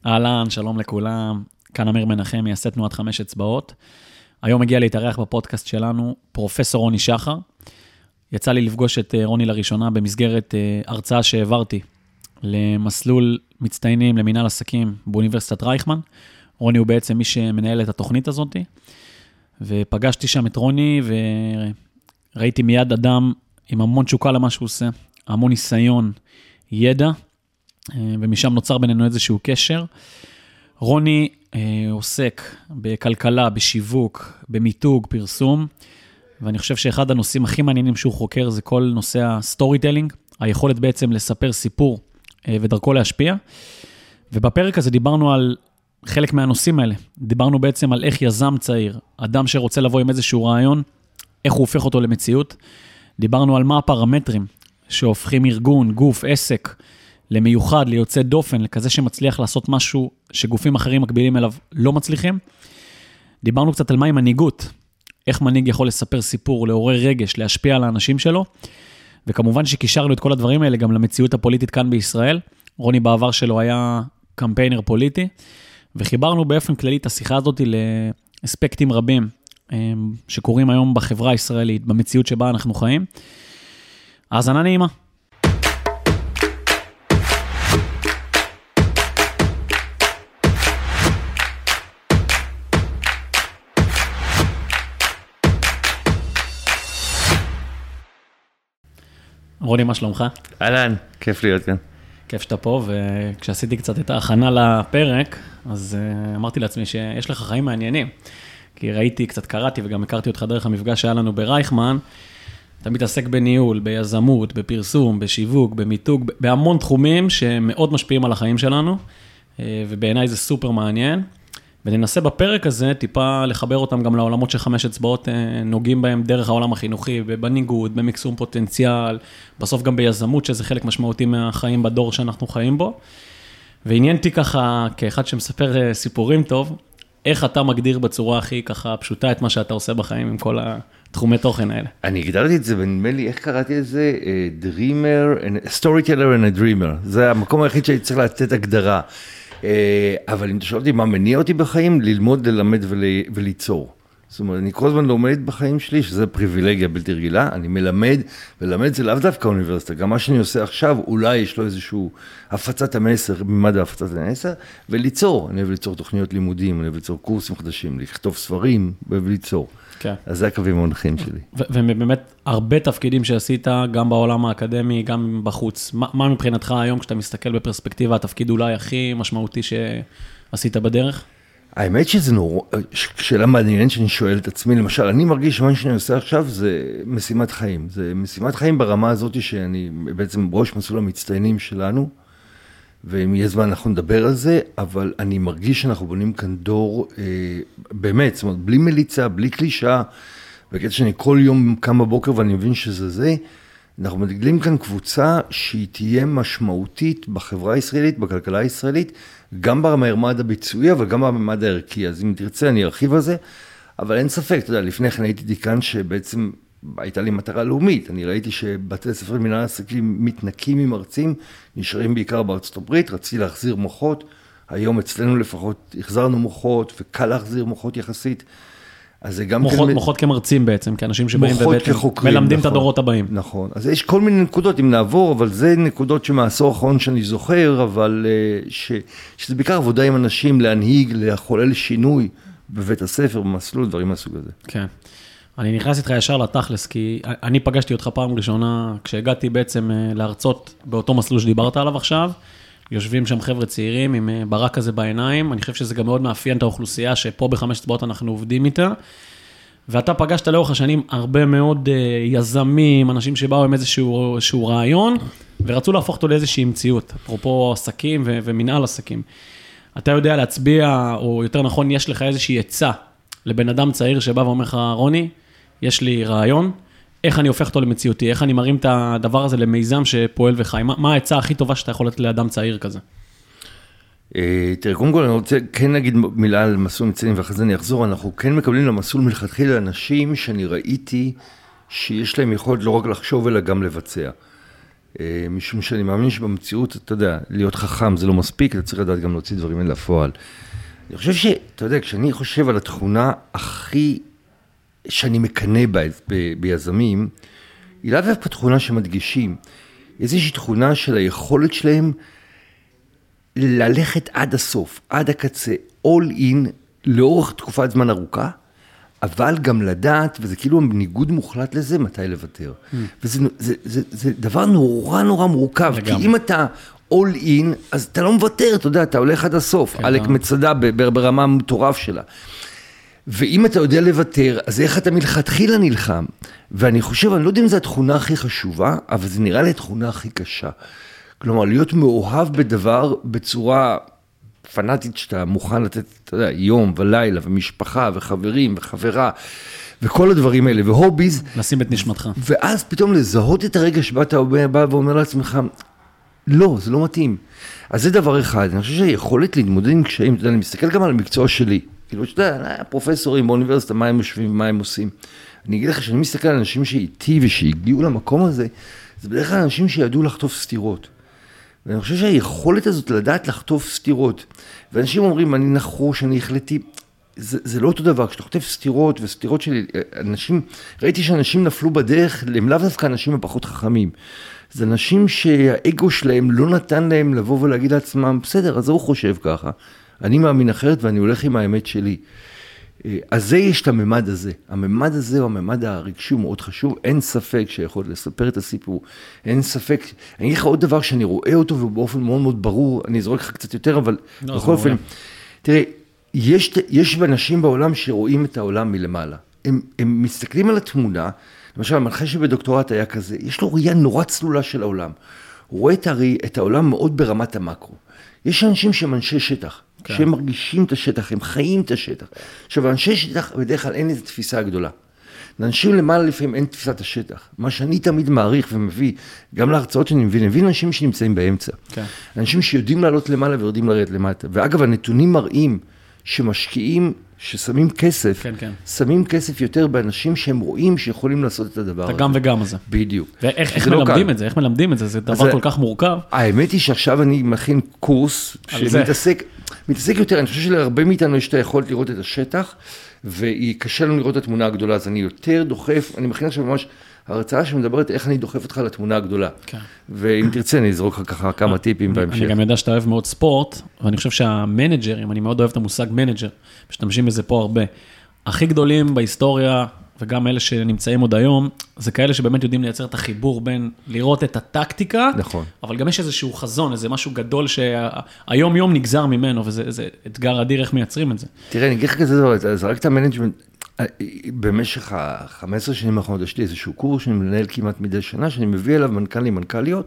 אהלן, שלום לכולם. כאן אמיר מנחם, מייסד תנועת 5 אצבעות. היום הגיע להתארח בפודקאסט שלנו פרופסור רוני שחר. יצא לי לפגוש את רוני לראשונה במסגרת הרצאה שהעברתי למסלול מצטיינים למינהל עסקים באוניברסיטת רייכמן. רוני הוא בעצם מי שמנהל את התוכנית הזאת, ופגשתי שם את רוני וראיתי מיד אדם עם המון תשוקה למה שהוא עושה, המון ניסיון, ידע, ומשם נוצר בינינו איזשהו קשר. רוני עוסק בכלכלה, בשיווק, במיתוג, פרסום, ואני חושב שאחד הנושאים הכי מעניינים שהוא חוקר זה כל נושא הסטורי טלינג, היכולת בעצם לספר סיפור ודרכו להשפיע. ובפרק הזה דיברנו על חלק מהנושאים האלה. דיברנו בעצם על איך יזם צעיר, אדם שרוצה לבוא עם איזשהו רעיון, איך הוא הופך אותו למציאות. דיברנו על מה הפרמטרים שהופכים ארגון, גוף, עסק, למיוחד, ליוצא דופן, לכזה שמצליח לעשות משהו שגופים אחרים מקבילים אליו לא מצליחים. דיברנו קצת על מהי מנהיגות, איך מנהיג יכול לספר סיפור, לעורר רגש, להשפיע על האנשים שלו, וכמובן שקישרנו את כל הדברים האלה גם למציאות הפוליטית כאן בישראל. רוני בעבר שלו היה קמפיינר פוליטי, וחיברנו באופן כללי את השיחה הזאת לאספקטים רבים שקורים היום בחברה הישראלית, במציאות שבה אנחנו חיים. האזנה נעימה. רוני, מה שלומך? אהלן, כיף להיות כאן. כיף שאתה פה, וכשעשיתי קצת את ההכנה לפרק, אז אמרתי לעצמי שיש לך חיים מעניינים, כי ראיתי, קצת קראתי וגם הכרתי אותך דרך המפגש שהיה לנו ברייכמן, אתה מתעסק בניהול, ביזמות, בפרסום, בשיווק, במיתוג, בהמון תחומים שמאוד משפיעים על החיים שלנו, ובעיניי זה סופר מעניין, וננסה בפרק הזה טיפה לחבר אותם גם לעולמות ש5 אצבעות נוגעים בהם דרך העולם החינוכי, בניגוד, במקסום פוטנציאל, בסוף גם ביזמות שזה חלק משמעותי מהחיים בדור שאנחנו חיים בו. ועניינתי ככה, כאחד שמספר סיפורים טוב, איך אתה מגדיר בצורה הכי ככה פשוטה את מה שאתה עושה בחיים עם כל התחומי תוכן האלה? אני הגדרתי את זה, ונדמה לי, איך קראתי את זה? Storyteller and a dreamer. זה המקום היחיד שאני צריך לתת הגדרה. אבל אם אתה שואל אותי מה מניע אותי בחיים, ללמוד, ללמד וליצור. זאת אומרת, אני כל הזמן לומד בחיים שלי, שזה פריבילגיה בלתי רגילה, אני מלמד, ולמד זה לאו דווקא האוניברסיטה, גם מה שאני עושה עכשיו, אולי יש לו איזשהו הפצת המסר, ממד הפצת המסר, וליצור, אני אוהב ליצור תוכניות לימודים, אני אוהב ליצור קורסים חדשים, לכתוב ספרים, וליצור. כן. אז זה הקווים המונחים שלי. ובאמת, הרבה תפקידים שעשית, גם בעולם האקדמי, גם בחוץ. מה מבחינתך היום, כשאתה מסתכל בפרספקטיבה, התפקיד אולי הכי משמעותי שעשית בדרך? האמת שזה שאלה מעניינת שאני שואל את עצמי, למשל, אני מרגיש שמה שאני עושה עכשיו זה משימת חיים. זה משימת חיים ברמה הזאת שאני בעצם ראש מסלול המצטיינים שלנו, ואם יהיה זמן אנחנו נדבר על זה, אבל אני מרגיש שאנחנו בונים כאן דור באמת, זאת אומרת, בלי מליצה, בלי קלישה, בקטע שאני כל יום קם בבוקר ואני מבין שזה זה, אנחנו מגלים כאן קבוצה שהיא תהיה משמעותית בחברה הישראלית, בכלכלה הישראלית, גם ברמד הביצועי, אבל גם ברמד הערכי. אז אם תרצה, אני ארחיב על זה, אבל אין ספק, אתה יודע, לפני כן הייתי דיקן שבעצם הייתה לי מטרה לאומית. אני ראיתי שבתי ספר מנהל עסקים מתנקים עם מרצים, נשארים בעיקר בארצות הברית, רציתי להחזיר מוחות, היום אצלנו לפחות החזרנו מוחות, וקל להחזיר מוחות יחסית. אז זה גם מוחות כמרצים בעצם, כאנשים שבאים ומלמדים את הדורות הבאים. נכון, אז יש כל מיני נקודות אם נעבור, אבל זה נקודות שמעשור האחרון שאני זוכר, אבל שזה בעיקר עבודה עם אנשים, להנהיג, לחולל שינוי בבית הספר, במסלול, דברים מהסוג הזה. כן. אני נכנס איתך ישר לתכלס, כי אני פגשתי אותך פעם ראשונה, כשהגעתי בעצם להרצות באותו מסלול שדיברת עליו עכשיו, יושבים שם חבר'ה צעירים עם ברק כזה בעיניים, אני חושב שזה גם מאוד מאפיין את האוכלוסייה שפה ב5 אצבעות אנחנו עובדים איתה, ואתה פגשת לאורך השנים הרבה מאוד יזמים, אנשים שבאו עם איזשהו רעיון, ורצו להפוך אותו לאיזושהי מציאות, אפרופו עסקים ומנהל עסקים. אתה יודע להצביע, או יותר נכון, יש לך איזושהי עצה לבן אדם צעיר שבא ואומר לך, רוני, יש לי רעיון, איך אני הופך אותו למציאותי, איך אני מרים את הדבר הזה למיזם שפועל וחי, מה העצה הכי טובה שאתה יכול לתת לאדם צעיר כזה? תראה, קודם כל אני רוצה כן להגיד מילה על מסלול מצטיינים, ואחרי זה אני אחזור, אנחנו כן מקבלים למסלול מלכתחילה אנשים שאני ראיתי שיש להם יכולת לא רק לחשוב אלא גם לבצע. משום שאני מאמין שבמציאות, אתה יודע, להיות חכם זה לא מספיק, אתה צריך לדעת גם להוציא דברים האלה לפועל. אני חושב שאתה יודע, כשאני חושב על התכונה הכי שאני מקנה ביזמים, היא לאו דווקא תכונה שמדגישים, איזושהי תכונה של היכולת שלהם ללכת עד הסוף, עד הקצה, all in, לאורך תקופת זמן ארוכה, אבל גם לדעת, וזה כאילו ניגוד מוחלט לזה, מתי לוותר. וזה דבר נורא נורא מורכב, כי אם אתה all in, אז אתה לא מוותר, אתה יודע, אתה הולך עד הסוף, עלק מצדה ברמה מטורף שלה. ואם אתה יודע לוותר, אז איך אתה מלכתחילה נלחם? ואני חושב, אני לא יודע אם זו התכונה הכי חשובה, אבל זה נראה לי התכונה הכי קשה. כלומר, להיות מאוהב בדבר בצורה פנאטית שאתה מוכן לתת, אתה יודע, יום ולילה ומשפחה וחברים וחברה וכל הדברים האלה, והוביז. לשים את נשמתך. ואז פתאום לזהות את הרגע שבה אתה בא ואומר לעצמך, לא, זה לא מתאים. אז זה דבר אחד. אני חושב שהיכולת להתמודד עם קשיים, אתה יודע, אני מסתכל גם על המקצוע שלי. כאילו, אתה יודע, פרופסורים באוניברסיטה, מה הם יושבים ומה הם עושים. אני אגיד לך שאני מסתכל על אנשים שאיתי ושהגיעו למקום הזה, זה בדרך כלל אנשים שידעו לחטוף סתירות. ואני חושב שהיכולת הזאת לדעת לחטוף סתירות, ואנשים אומרים, אני נחוש, אני החלטי, זה לא אותו דבר. כשאתה חוטף סתירות וסתירות של אנשים, ראיתי שאנשים נפלו בדרך, הם לאו דווקא אנשים הפחות חכמים. זה אנשים שהאגו שלהם לא נתן להם לבוא ולהגיד לעצמם, בסדר, אז הוא חושב ככה. אני מאמין אחרת ואני הולך עם האמת שלי. אז זה יש את הממד הזה. הממד הזה הוא הממד הרגשי, הוא מאוד חשוב. אין ספק שיכול לספר את הסיפור. אין ספק. אני אגיד לך עוד דבר שאני רואה אותו ובאופן מאוד מאוד ברור, אני אזרוק לך קצת יותר, אבל בכל אופן, תראה, יש אנשים בעולם שרואים את העולם מלמעלה. הם מסתכלים על התמונה, למשל, המנחה שבדוקטורט היה כזה, יש לו ראייה נורא צלולה של העולם. הוא רואה את העולם מאוד ברמת המקרו. יש אנשים שהם אנשי שטח, שהם מרגישים את השטח, הם חיים את השטח. עכשיו, אנשי שטח בדרך כלל אין איזו תפיסה גדולה. לאנשים למעלה לפעמים אין תפיסת השטח. מה שאני תמיד מעריך ומביא, גם להרצאות שאני מביא אנשים שנמצאים באמצע. אנשים שיודעים לעלות למעלה ויורדים לרדת למטה. ואגב, הנתונים מראים שמשקיעים, ששמים כסף, שמים כסף יותר באנשים שהם רואים שיכולים לעשות את הדבר הזה. את הגם וגם הזה. בדיוק. ואיך מלמדים את זה? איך מלמדים את זה? זה דבר כל כך מורכב. האמת היא שעכשיו אני מכין קורס שמתעסק יותר, אני חושב שלהרבה מאיתנו יש את היכולת לראות את השטח, והיא קשה לנו לראות את התמונה הגדולה, אז אני יותר דוחף, אני מכין עכשיו ממש הרצאה שמדברת איך אני דוחף אותך לתמונה הגדולה. ואם תרצה, אני אזרוק לך ככה כמה טיפים בהמשך. אני גם יודע שאתה אוהב מאוד ספורט, ואני חושב שהמנג'רים, אני מאוד אוהב את המושג מנג'ר, משתמשים בזה פה הרבה. הכי גדולים בהיסטוריה, וגם אלה שנמצאים עוד היום, זה כאלה שבאמת יודעים לייצר את החיבור בין לראות את הטקטיקה, נכון. אבל גם יש איזשהו חזון, איזה משהו גדול שהיום יום נגזר ממנו, וזה אתגר אדיר איך מייצרים את זה. תראה, אני אגיד לך כזה דבר, זרקת מנג'מנט, במשך 15 שנים האחרונות יש לי איזשהו קורס שאני מנהל כמעט מדי שנה, שאני מביא אליו מנכ"לים, מנכ"ליות,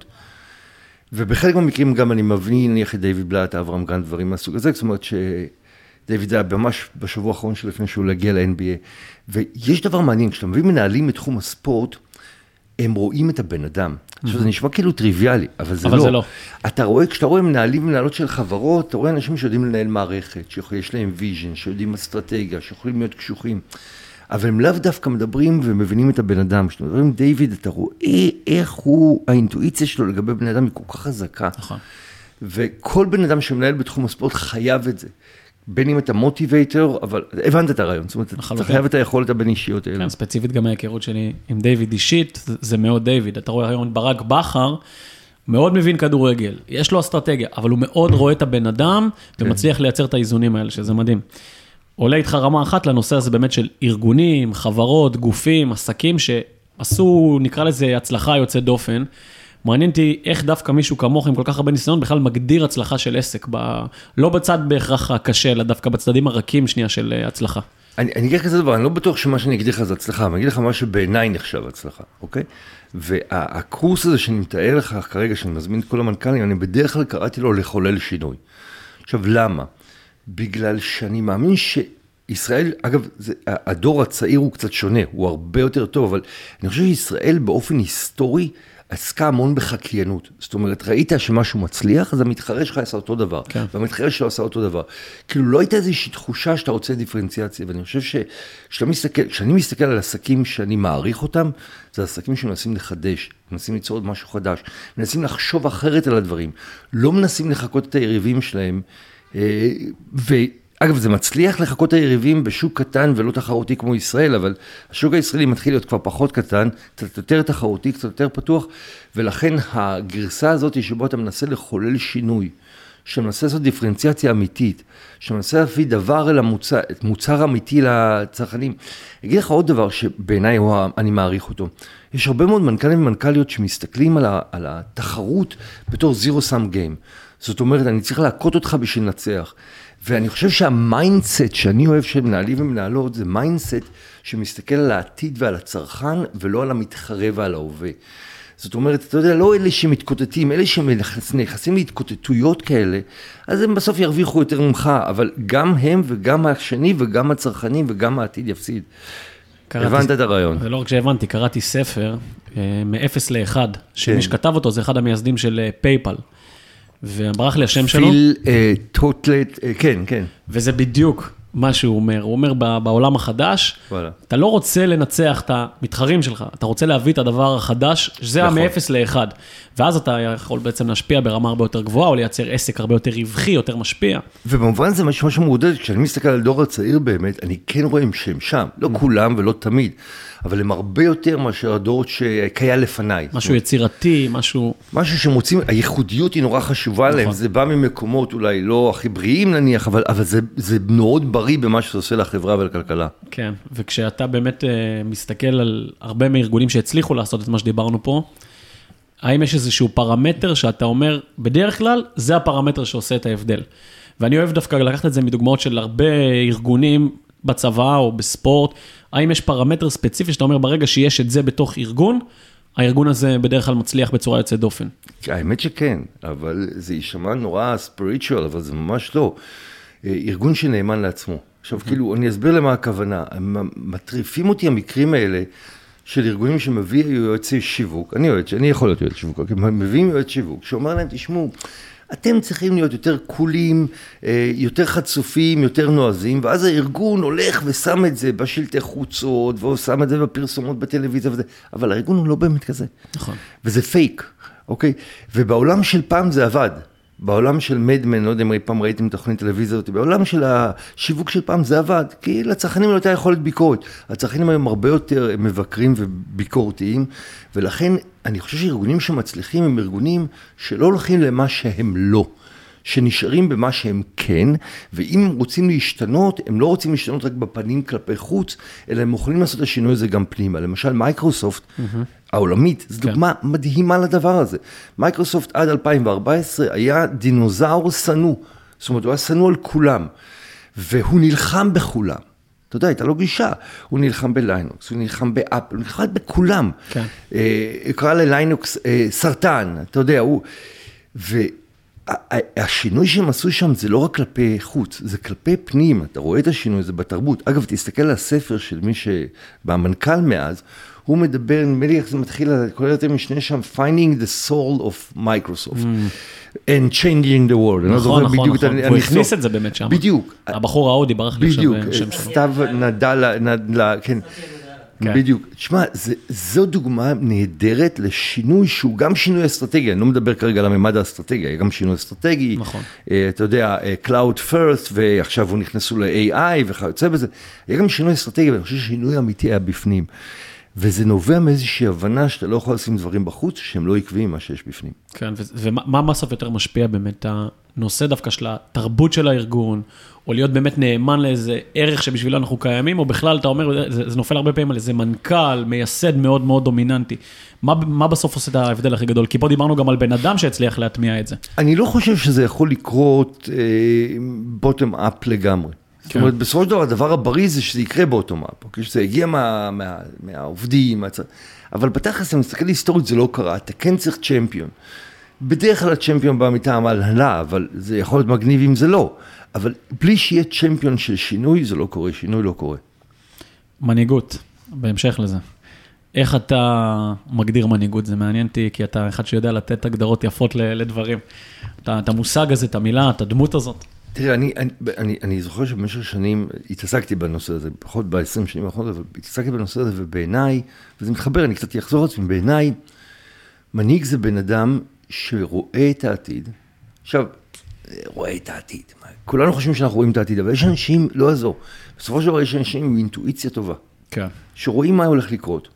ובחלק מהמקרים גם אני מביא, נניח את דיוויד בלאט, אברהם גרנט, דברים מהסוג הזה, זאת אומרת שדיוויד זה היה ממש בשבוע האחרון שלפני שהוא להגיע ל-NBA, ויש דבר מעניין, כשאתה מביא מנהלים מתחום הספורט, הם רואים את הבן אדם. עכשיו, זה נשמע כאילו טריוויאלי, אבל זה לא. אתה רואה, כשאתה רואה מנהלים ומנהלות של חברות, אתה רואה אנשים שיודעים לנהל מערכת, שיש להם ויז'ן, שיודעים אסטרטגיה, שיכולים להיות קשוחים, אבל הם לאו דווקא מדברים ומבינים את הבן אדם. כשאתה מדברים עם דיוויד, אתה רואה איך האינטואיציה שלו לגבי בן אדם היא כל כך חזקה. וכל בן אדם שמנהל בתחום הספורט חייב את זה. בין אם אתה מוטיבייטר, אבל הבנת את הרעיון, זאת אומרת, אתה חייב את היכולת הבין אישיות האלה. כן, ספציפית גם ההיכרות שלי עם דיוויד אישית, זה מאוד דיוויד. אתה רואה היום ברק בכר, מאוד מבין כדורגל, יש לו אסטרטגיה, אבל הוא מאוד רואה את הבן אדם, ומצליח לייצר את האיזונים האלה, שזה מדהים. עולה איתך רמה אחת לנושא הזה באמת של ארגונים, חברות, גופים, עסקים, שעשו, נקרא לזה, הצלחה יוצאת דופן, מעניין אותי איך דווקא מישהו כמוך עם כל כך הרבה ניסיון בכלל מגדיר הצלחה של עסק, לא בצד בהכרח הקשה, אלא דווקא בצדדים הרכים שנייה של הצלחה. אני אגיד כזה דבר, אני לא בטוח שמה שאני אגיד לך זה הצלחה, אני אגיד לך מה שבעיניי נחשב הצלחה, אוקיי? והקורס הזה שאני מתאר לך כרגע, שאני מזמין את כל המנכ"לים, אני בדרך כלל קראתי לו לחולל שינוי. עכשיו, למה? בגלל שאני מאמין שישראל, אגב, הדור הצעיר הוא קצת שונה, הוא הרבה יותר טוב, אבל אני חושב שישראל באופן היסטורי, עסקה המון בחקיינות. זאת אומרת, ראית שמשהו מצליח, אז המתחרה שלך עשה אותו דבר. כן. והמתחרה שלו עשה אותו דבר. כאילו, לא הייתה איזושהי תחושה שאתה רוצה דיפרנציאציה, ואני חושב כשאני מסתכל על עסקים שאני מעריך אותם, זה עסקים שמנסים לחדש, מנסים ליצור עוד משהו חדש, מנסים לחשוב אחרת על הדברים, לא מנסים לחכות את היריבים שלהם, אגב, זה מצליח לחכות היריבים בשוק קטן ולא תחרותי כמו ישראל, אבל השוק הישראלי מתחיל להיות כבר פחות קטן, קצת יותר תחרותי, קצת יותר פתוח, ולכן הגרסה הזאת שבו אתה מנסה לחולל שינוי, שמנסה לעשות דיפרנציאציה אמיתית, שמנסה להביא דבר אל המוצר, מוצר אמיתי לצרכנים. אגיד לך עוד דבר שבעיניי אני מעריך אותו. יש הרבה מאוד מנכ"לים ומנכ"ליות שמסתכלים על התחרות בתור zero sum game. זאת אומרת, אני צריך להכות אותך בשביל לנצח. ואני חושב שהמיינדסט שאני אוהב של מנהלים ומנהלות, זה מיינדסט שמסתכל על העתיד ועל הצרכן, ולא על המתחרה ועל ההווה. זאת אומרת, אתה יודע, לא אלה שמתקוטטים, אלה שנכנסים להתקוטטויות כאלה, אז הם בסוף ירוויחו יותר ממך, אבל גם הם וגם השני וגם הצרכנים וגם העתיד יפסיד. הבנת את הרעיון. ולא רק שהבנתי, קראתי ספר מ-0 ל-1, שמי שכתב אותו זה אחד המייסדים של פייפל. וברח לי השם שלו. פיל טוטלט, כן, כן. וזה בדיוק מה שהוא אומר. הוא אומר, בעולם החדש, אתה לא רוצה לנצח את המתחרים שלך, אתה רוצה להביא את הדבר החדש, שזה היה מ-0 ל-1. ואז אתה יכול בעצם להשפיע ברמה הרבה יותר גבוהה, או לייצר עסק הרבה יותר רווחי, יותר משפיע. ובמובן זה משהו מעודד, כשאני מסתכל על דור הצעיר באמת, אני כן רואה שהם שם, לא כולם ולא תמיד, אבל הם הרבה יותר מאשר הדורות שקיים לפניי. משהו יצירתי, משהו שמוצאים, הייחודיות היא נורא חשובה להם, זה בא ממקומות אולי לא הכי בריאים נניח, אבל זה מאוד בריא במה שזה עושה לחברה ולכלכלה. כן, וכשאתה באמת מסתכל על הרבה מארגונים שהצליחו לעשות את מה שדיברנו פה, האם יש איזשהו פרמטר שאתה אומר, בדרך כלל זה הפרמטר שעושה את ההבדל. ואני אוהב דווקא לקחת את זה מדוגמאות של הרבה ארגונים בצבא או בספורט, האם יש פרמטר ספציפי שאתה אומר, ברגע שיש את זה בתוך ארגון, הארגון הזה בדרך כלל מצליח בצורה יוצאת דופן? האמת שכן, אבל זה יישמע נורא ספיריטואל, אבל זה ממש לא. ארגון שנאמן לעצמו. עכשיו, כאילו, אני אסביר למה הכוונה. מטריפים אותי המקרים האלה של ארגונים שמביא יועצי שיווק, אני יכול להיות יועץ שיווק, מביאים יועץ שיווק, שאומר להם, תשמעו, אתם צריכים להיות יותר קולים, יותר חצופים, יותר נועזים, ואז הארגון הולך ושם את זה בשלטי חוצות, ושם את זה בפרסומות בטלוויזיה וזה, אבל הארגון הוא לא באמת כזה. נכון. וזה פייק, אוקיי? ובעולם של פעם זה עבד. בעולם של מדמן, לא יודע אם פעם ראיתם תוכנית טלוויזיה אותי, בעולם של השיווק של פעם זה עבד, כי לצרכנים לא הייתה יכולת ביקורת. הצרכנים היום הרבה יותר מבקרים וביקורתיים, ולכן אני חושב שארגונים שמצליחים הם ארגונים שלא הולכים למה שהם לא, שנשארים במה שהם כן, ואם הם רוצים להשתנות, הם לא רוצים להשתנות רק בפנים כלפי חוץ, אלא הם יכולים לעשות את השינוי הזה גם פנימה. למשל, מייקרוסופט, העולמית, זו דוגמה מדהימה לדבר הזה. מייקרוסופט עד 2014 היה דינוזאור סנוע, זאת אומרת, הוא היה סנוע על כולם, והוא נלחם בכולם. אתה יודע, הייתה לו גישה, הוא נלחם בליינוקס, הוא נלחם באפל, הוא נלחם בכולם. כן. קרא לליינוקס סרטן, אתה יודע, והשינוי שהם עשו שם זה לא רק כלפי חוץ, זה כלפי פנים, אתה רואה את השינוי, זה בתרבות. אגב, תסתכל על הספר של מי שבמנכ"ל מאז, הוא מדבר, נדמה לי איך זה מתחיל, כל יותר משנה שם, Finding the Soul of Microsoft, and Changing the World. נכון, נכון, נכון. הוא הכניס את זה באמת שם. בדיוק. הבחור ההודי ברח לי בדיוק, שם שלו. סתיו נדלה, כן. בדיוק. תשמע, זו דוגמה נהדרת לשינוי שהוא גם שינוי אסטרטגי, אני לא מדבר כרגע על הממד האסטרטגי, היה גם שינוי אסטרטגי, נכון. אתה יודע, Cloud First, ועכשיו הוא נכנסו ל-AI וכיוצא בזה, היה גם שינוי אסטרטגי, ואני חושב ששינוי אמיתי היה בפנים. וזה נובע מאיזושהי הבנה שאתה לא יכול לשים דברים בחוץ, שהם לא עקביים מה שיש בפנים. כן, ומה בסוף יותר משפיע באמת הנושא דווקא של התרבות של הארגון, או להיות באמת נאמן לאיזה ערך שבשבילו אנחנו קיימים, או בכלל אתה אומר, זה נופל הרבה פעמים על איזה מנכ"ל, מייסד מאוד מאוד דומיננטי. מה בסוף עושה את ההבדל הכי גדול? כי פה דיברנו גם על בן אדם שהצליח להטמיע את זה. אני לא חושב שזה יכול לקרות בוטום אפ לגמרי. זאת אומרת, בסופו של דבר, הדבר הבריא זה שזה יקרה באוטומט, כשזה הגיע מהעובדים, אבל בתכלס, אני מסתכל היסטורית, זה לא קרה, אתה כן צריך צ'מפיון. בדרך כלל הצ'מפיון בא מטעם ההנהלה, אבל זה יכול להיות מגניב אם זה לא. אבל בלי שיהיה צ'מפיון של שינוי, זה לא קורה, שינוי לא קורה. מנהיגות, בהמשך לזה. איך אתה מגדיר מנהיגות? זה מעניין אותי, כי אתה אחד שיודע לתת הגדרות יפות לדברים. את המושג הזה, את המילה, את הדמות הזאת. תראה, אני זוכר שבמשך שנים התעסקתי בנושא הזה, פחות ב-20 שנים האחרונות, אבל התעסקתי בנושא הזה, ובעיניי, וזה מתחבר, אני קצת אחזור עצמי, בעיניי, מנהיג זה בן אדם שרואה את העתיד. עכשיו, רואה את העתיד. כולנו חושבים שאנחנו רואים את העתיד, אבל יש אנשים, לא עזור. בסופו של דבר יש אנשים עם אינטואיציה טובה. כן. שרואים מה הולך לקרות.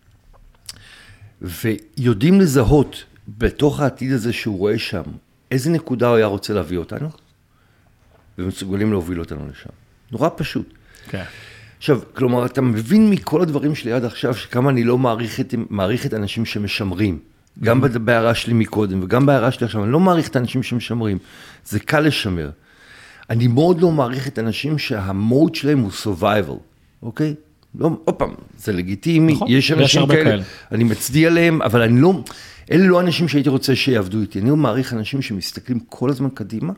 ויודעים לזהות בתוך העתיד הזה שהוא רואה שם, איזה נקודה הוא היה רוצה להביא אותנו, ומסוגלים להוביל אותנו לשם. נורא פשוט. כן. עכשיו, כלומר, אתה מבין מכל הדברים שלי עד עכשיו, שכמה אני לא מעריך את אנשים שמשמרים. גם בהערה שלי מקודם, וגם בהערה שלי עכשיו, אני לא מעריך את האנשים שמשמרים. זה קל לשמר. אני מאוד לא מעריך את האנשים שהמוד שלהם הוא survival, אוקיי? לא, עוד פעם, זה לגיטימי, נכון, יש אנשים כאלה, אני מצדיע עליהם, אבל אני לא, אלה לא אנשים שהייתי רוצה שיעבדו איתי. אני לא מעריך אנשים שמסתכלים כל הזמן קדימה,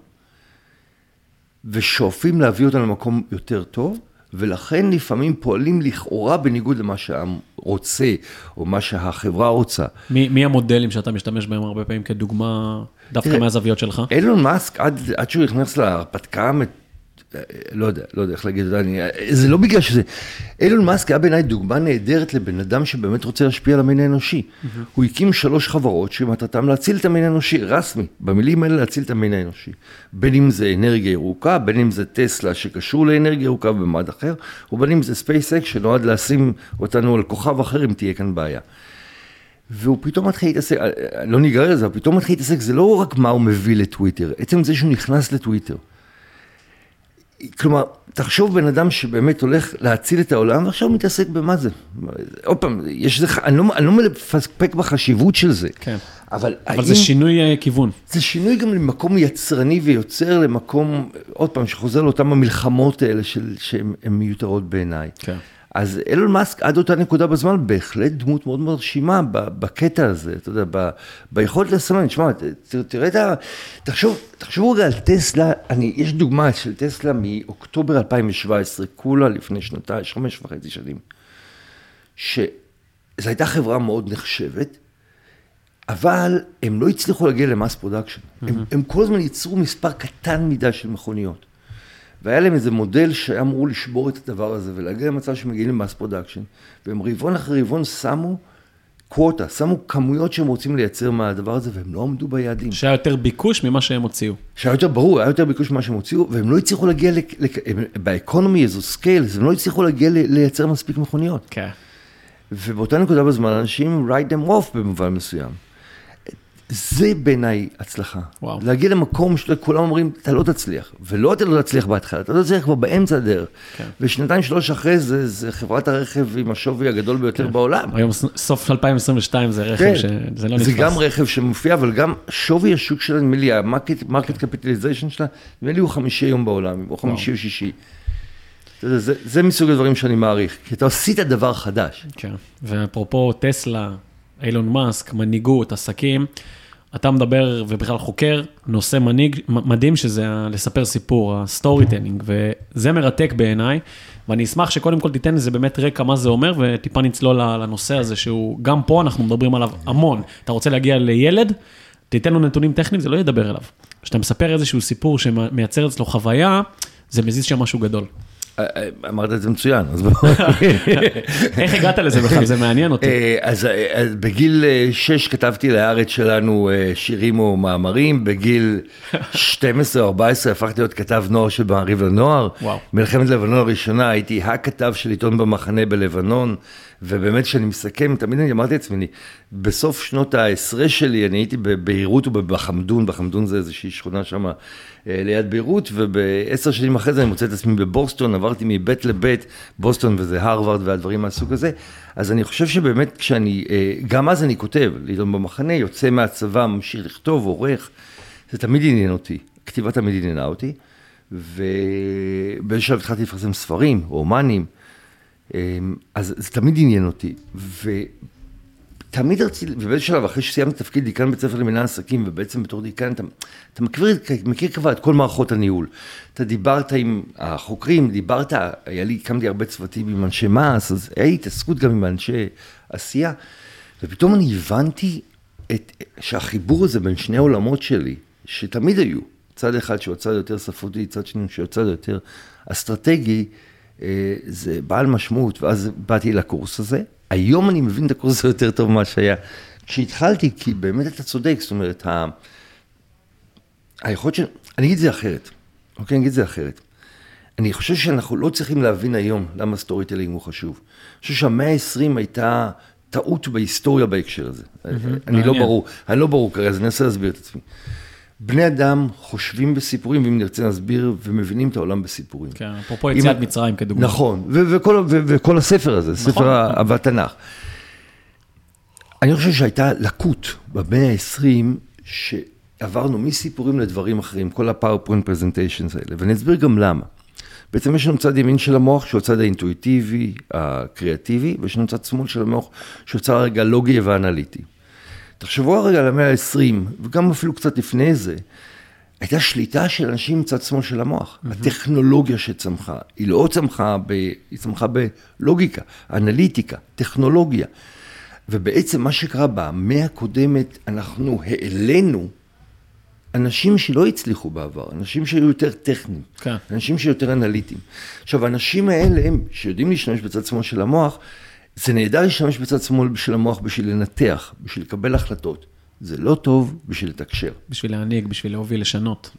ושואפים להביא אותנו למקום יותר טוב, ולכן לפעמים פועלים לכאורה בניגוד למה שהעם רוצה, או מה שהחברה רוצה. מי המודלים שאתה משתמש בהם הרבה פעמים כדוגמה, דווקא מהזוויות שלך? אילון מאסק, עד שהוא נכנס להרפתקה, לא יודע איך להגיד, זה לא בגלל שזה, אילון מאסק היה בעיניי דוגמה נהדרת לבן אדם שבאמת רוצה להשפיע על המין האנושי. הוא הקים 3 חברות שמטרתם להציל את המין האנושי, רסמי, במילים האלה להציל את המין האנושי. בין אם זה אנרגיה ירוקה, בין אם זה טסלה שקשור לאנרגיה ירוקה במעד אחר, ובין אם זה SpaceX שנועד לשים אותנו על כוכב אחר אם תהיה כאן בעיה. והוא פתאום מתחיל להתעסק, לא ניגרר לזה, פתאום מתחיל להתעסק, זה לא רק מה הוא מביא לטוויטר, עצם זה שהוא נכנס לטוויטר. כלומר, תחשוב בן אדם שבאמת הולך להציל את העולם, ועכשיו הוא מתעסק במה זה. עוד פעם, אני לא מפקפק בחשיבות של זה. כן. אבל זה שינוי כיוון. זה שינוי גם למקום יצרני ויוצר למקום, עוד פעם, שחוזר לאותם המלחמות האלה שהן מיותרות בעיניי. כן. אז אילון מאסק עד אותה נקודה בזמן, בהחלט דמות מאוד מרשימה בקטע הזה, אתה יודע, ביכולת לסמן, תשמע, תראה תחשבו רגע על טסלה, יש דוגמה של טסלה מאוקטובר 2017, כולה לפני 5.5 שנים, שזו הייתה חברה מאוד נחשבת, אבל הם לא הצליחו להגיע למאס פרודקשן, הם כל הזמן ייצרו מספר קטן מדי של מכוניות. והיה להם איזה מודל שהיה אמרו לשבור את הדבר הזה, ולהגיע למצב שמגיעים למאס פרודקשן, והם רבעון אחרי רבעון שמו קווטה, שמו כמויות שהם רוצים לייצר מהדבר הזה, והם לא עמדו ביעדים. שהיה יותר ביקוש ממה שהם הוציאו. שהיה יותר ברור, היה יותר ביקוש ממה שהם הוציאו, והם לא הצליחו להגיע, באקונומי, איזו סקייל, הם לא הצליחו להגיע לייצר מספיק מכוניות. כן. ובאותה נקודה בזמן, אנשים ride them off במובן מסוים. זה בעיניי הצלחה. וואו. להגיע למקום שכולם אומרים, אתה לא תצליח. ולא אתה לא תצליח בהתחלה, אתה לא תצליח כבר באמצע הדרך. כן. ושנתיים 3 אחרי זה חברת הרכב עם השווי הגדול ביותר כן. בעולם. היום סוף 2022 זה רכב כן. שזה לא נתפס. זה גם רכב שמופיע, אבל גם שווי השוק שלה, נדמה לי, המרקט קפיטליזיישן שלה, נדמה לי הוא 5 היום בעולם, או 5 או 6. זה מסוג הדברים שאני מעריך, כי אתה עשית דבר חדש. כן. ואפרופו טסלה, אילון מאסק, מנהיגות, עסקים, אתה מדבר ובכלל חוקר, נושא מדהים שזה לספר סיפור, הסטורי טיילינג, וזה מרתק בעיניי, ואני אשמח שקודם כל תיתן לזה באמת רקע מה זה אומר, וטיפה נצלול לנושא הזה, שהוא גם פה אנחנו מדברים עליו המון. אתה רוצה להגיע לילד, תיתן לו נתונים טכניים, זה לא ידבר אליו. כשאתה מספר איזשהו סיפור שמייצר אצלו חוויה, זה מזיז שם משהו גדול. אמרת את זה מצוין, אז בואו. איך הגעת לזה בכלל? זה מעניין אותי. אז בגיל 6 כתבתי לארץ שלנו שירים או מאמרים, בגיל 12 או 14 הפכתי להיות כתב נוער של מעריב לנוער. מלחמת לבנון הראשונה, הייתי הכתב של עיתון במחנה בלבנון, ובאמת כשאני מסכם, תמיד אני אמרתי לעצמי, בסוף שנות ה-10 שלי, אני הייתי בביירות ובחמדון, בחמדון זה איזושהי שכונה שם ליד ביירות, וב10 שנים אחרי זה אני מוצא את עצמי בבוסטון, עברתי מבית לבית, בוסטון וזה הרווארד והדברים מהסוג הזה, אז אני חושב שבאמת כשאני, גם אז אני כותב, לעיתון במחנה, יוצא מהצבא, ממשיך לכתוב, עורך, זה תמיד עניין אותי, כתיבה תמיד עניינה אותי, ובאיזשהו שלב התחלתי לפרסם ספרים, רומנים, אז זה תמיד עניין אותי, תמיד רציתי, ובאיזה שלב, אחרי שסיימתי תפקיד דיקן בית ספר למנהל עסקים, ובעצם בתור דיקן, אתה מכיר כבר את כל מערכות הניהול. אתה דיברת עם החוקרים, הקמתי הרבה צוותים עם אנשי מס, אז היה התעסקות גם עם אנשי עשייה, ופתאום אני הבנתי שהחיבור הזה בין שני העולמות שלי, שתמיד היו, צד אחד שהוא הצד יותר ספרותי, צד שני שהוא הצד יותר אסטרטגי, זה בעל משמעות, ואז באתי לקורס הזה. היום אני מבין את הקורס הזה יותר טוב ממה שהיה. כשהתחלתי, כי באמת אתה צודק, זאת אומרת, היכולת של... אני אגיד את זה אחרת, אוקיי? אני אגיד את זה אחרת. אני חושב שאנחנו לא צריכים להבין היום למה סטורי טלינג הוא חשוב. אני חושב שהמאה ה-20 הייתה טעות בהיסטוריה בהקשר הזה. אני לא ברור כרגע, אז אני אנסה להסביר את עצמי. בני אדם חושבים בסיפורים, ואם נרצה להסביר, ומבינים את העולם בסיפורים. כן, אפרופו יציאת מצרים כדוגמה. נכון, וכל הספר הזה, ספר והתנ"ך. אני חושב שהייתה לקות במאה ה-20, שעברנו מסיפורים לדברים אחרים, כל ה-PowerPoint presentations האלה, ואני אסביר גם למה. בעצם יש לנו צד ימין של המוח, שהוא הצד האינטואיטיבי, הקריאטיבי, ויש לנו צד שמאל של המוח, שהוא צד הרגע לוגי ואנליטי. תחשבו הרגע למאה ה-20, וגם אפילו קצת לפני זה, הייתה שליטה של אנשים מצד שמאל של המוח. הטכנולוגיה שצמחה, היא לא צמחה, היא צמחה בלוגיקה, אנליטיקה, טכנולוגיה. ובעצם מה שקרה במאה הקודמת, אנחנו העלינו אנשים שלא הצליחו בעבר, אנשים שהיו יותר טכניים, אנשים שיותר אנליטיים. עכשיו, האנשים האלה, שיודעים להשתמש בצד שמאל של המוח, זה נהדר להשתמש בצד שמאל של המוח בשביל לנתח, בשביל לקבל החלטות. זה לא טוב בשביל לתקשר. בשביל להנהיג, בשביל להוביל, לשנות.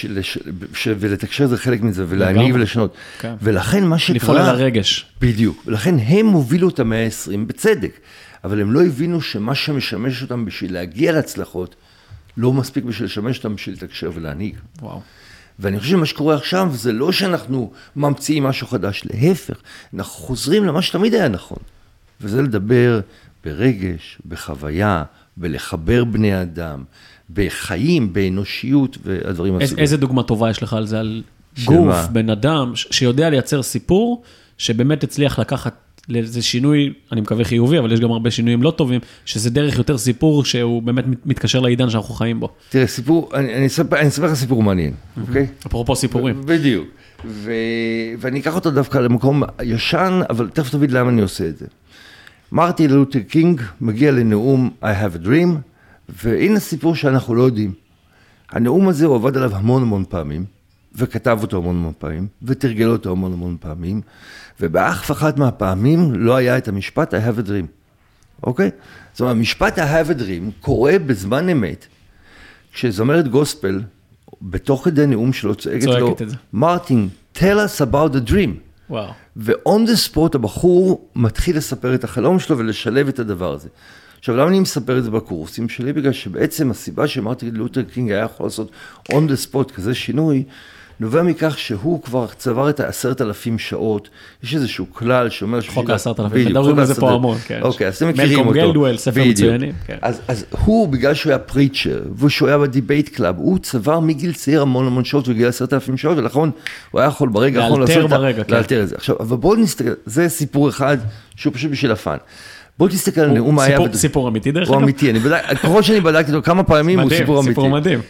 ולתקשר זה חלק מזה, ולהנהיג ולשנות. כן. ולכן מה שקרה... לפעול על הרגש. בדיוק. ולכן הם הובילו את המאה ה-20 בצדק. אבל הם לא הבינו שמה שמשמש אותם בשביל להגיע להצלחות, לא מספיק בשביל לשמש אותם בשביל לתקשר ולהנהיג. וואו. ואני חושב שמה שקורה עכשיו, זה לא שאנחנו ממציאים משהו חדש, להפך. אנחנו חוזרים למה שתמיד היה נכון. וזה לדבר ברגש, בחוויה, בלחבר בני אדם, בחיים, באנושיות והדברים הסוגים. איזה דוגמה טובה יש לך על זה? על גוף, בן אדם, שיודע לייצר סיפור, שבאמת הצליח לקחת לאיזה שינוי, אני מקווה חיובי, אבל יש גם הרבה שינויים לא טובים, שזה דרך יותר סיפור שהוא באמת מתקשר לעידן שאנחנו חיים בו. תראה, סיפור, אני אספר לך סיפור מעניין, אוקיי? אפרופו סיפורים. בדיוק. ואני אקח אותו דווקא למקום ישן, אבל תכף תבין למה אני עושה את זה. מרטין לותר קינג מגיע לנאום I have a dream, והנה סיפור שאנחנו לא יודעים. הנאום הזה הוא עבד עליו המון פעמים, וכתב אותו המון פעמים, ותרגל אותו המון פעמים, ובאף אחת מהפעמים לא היה את המשפט I have a dream. אוקיי? זאת אומרת, המשפט I have a dream קורה בזמן אמת, כשזמרת גוספל, בתוך כדי נאום שלו צועקת לו, מרטין, tell us about the dream. וואו. ו-on the spot הבחור מתחיל לספר את החלום שלו ולשלב את הדבר הזה. עכשיו, למה אני מספר את זה בקורסים שלי? בגלל שבעצם הסיבה שמרטין לותר קינג היה יכול לעשות on the spot כזה שינוי, נובע מכך שהוא כבר צבר את 10,000 שעות, יש איזשהו כלל שאומר... חוק 10,000, מדברים על זה פה המון, כן. אוקיי, אז אתם מכירים אותו. מלקום גלדוול, ספר מצוינים. אז הוא, בגלל שהוא היה פריצ'ר, ושהוא היה בדיבייט קלאב, הוא צבר מגיל צעיר המון שעות, וגיל 10,000 שעות, ולכן הוא היה יכול ברגע האחרון לאלתר את זה. עכשיו, אבל בואו נסתכל, זה סיפור אחד שהוא פשוט בשביל הפן. בואו תסתכל על נאום היה... סיפור אמיתי דרך אגב? הוא אמיתי, ככל שאני בדקתי אותו כמה פעמים הוא סיפור אמיתי. סיפור מדהים.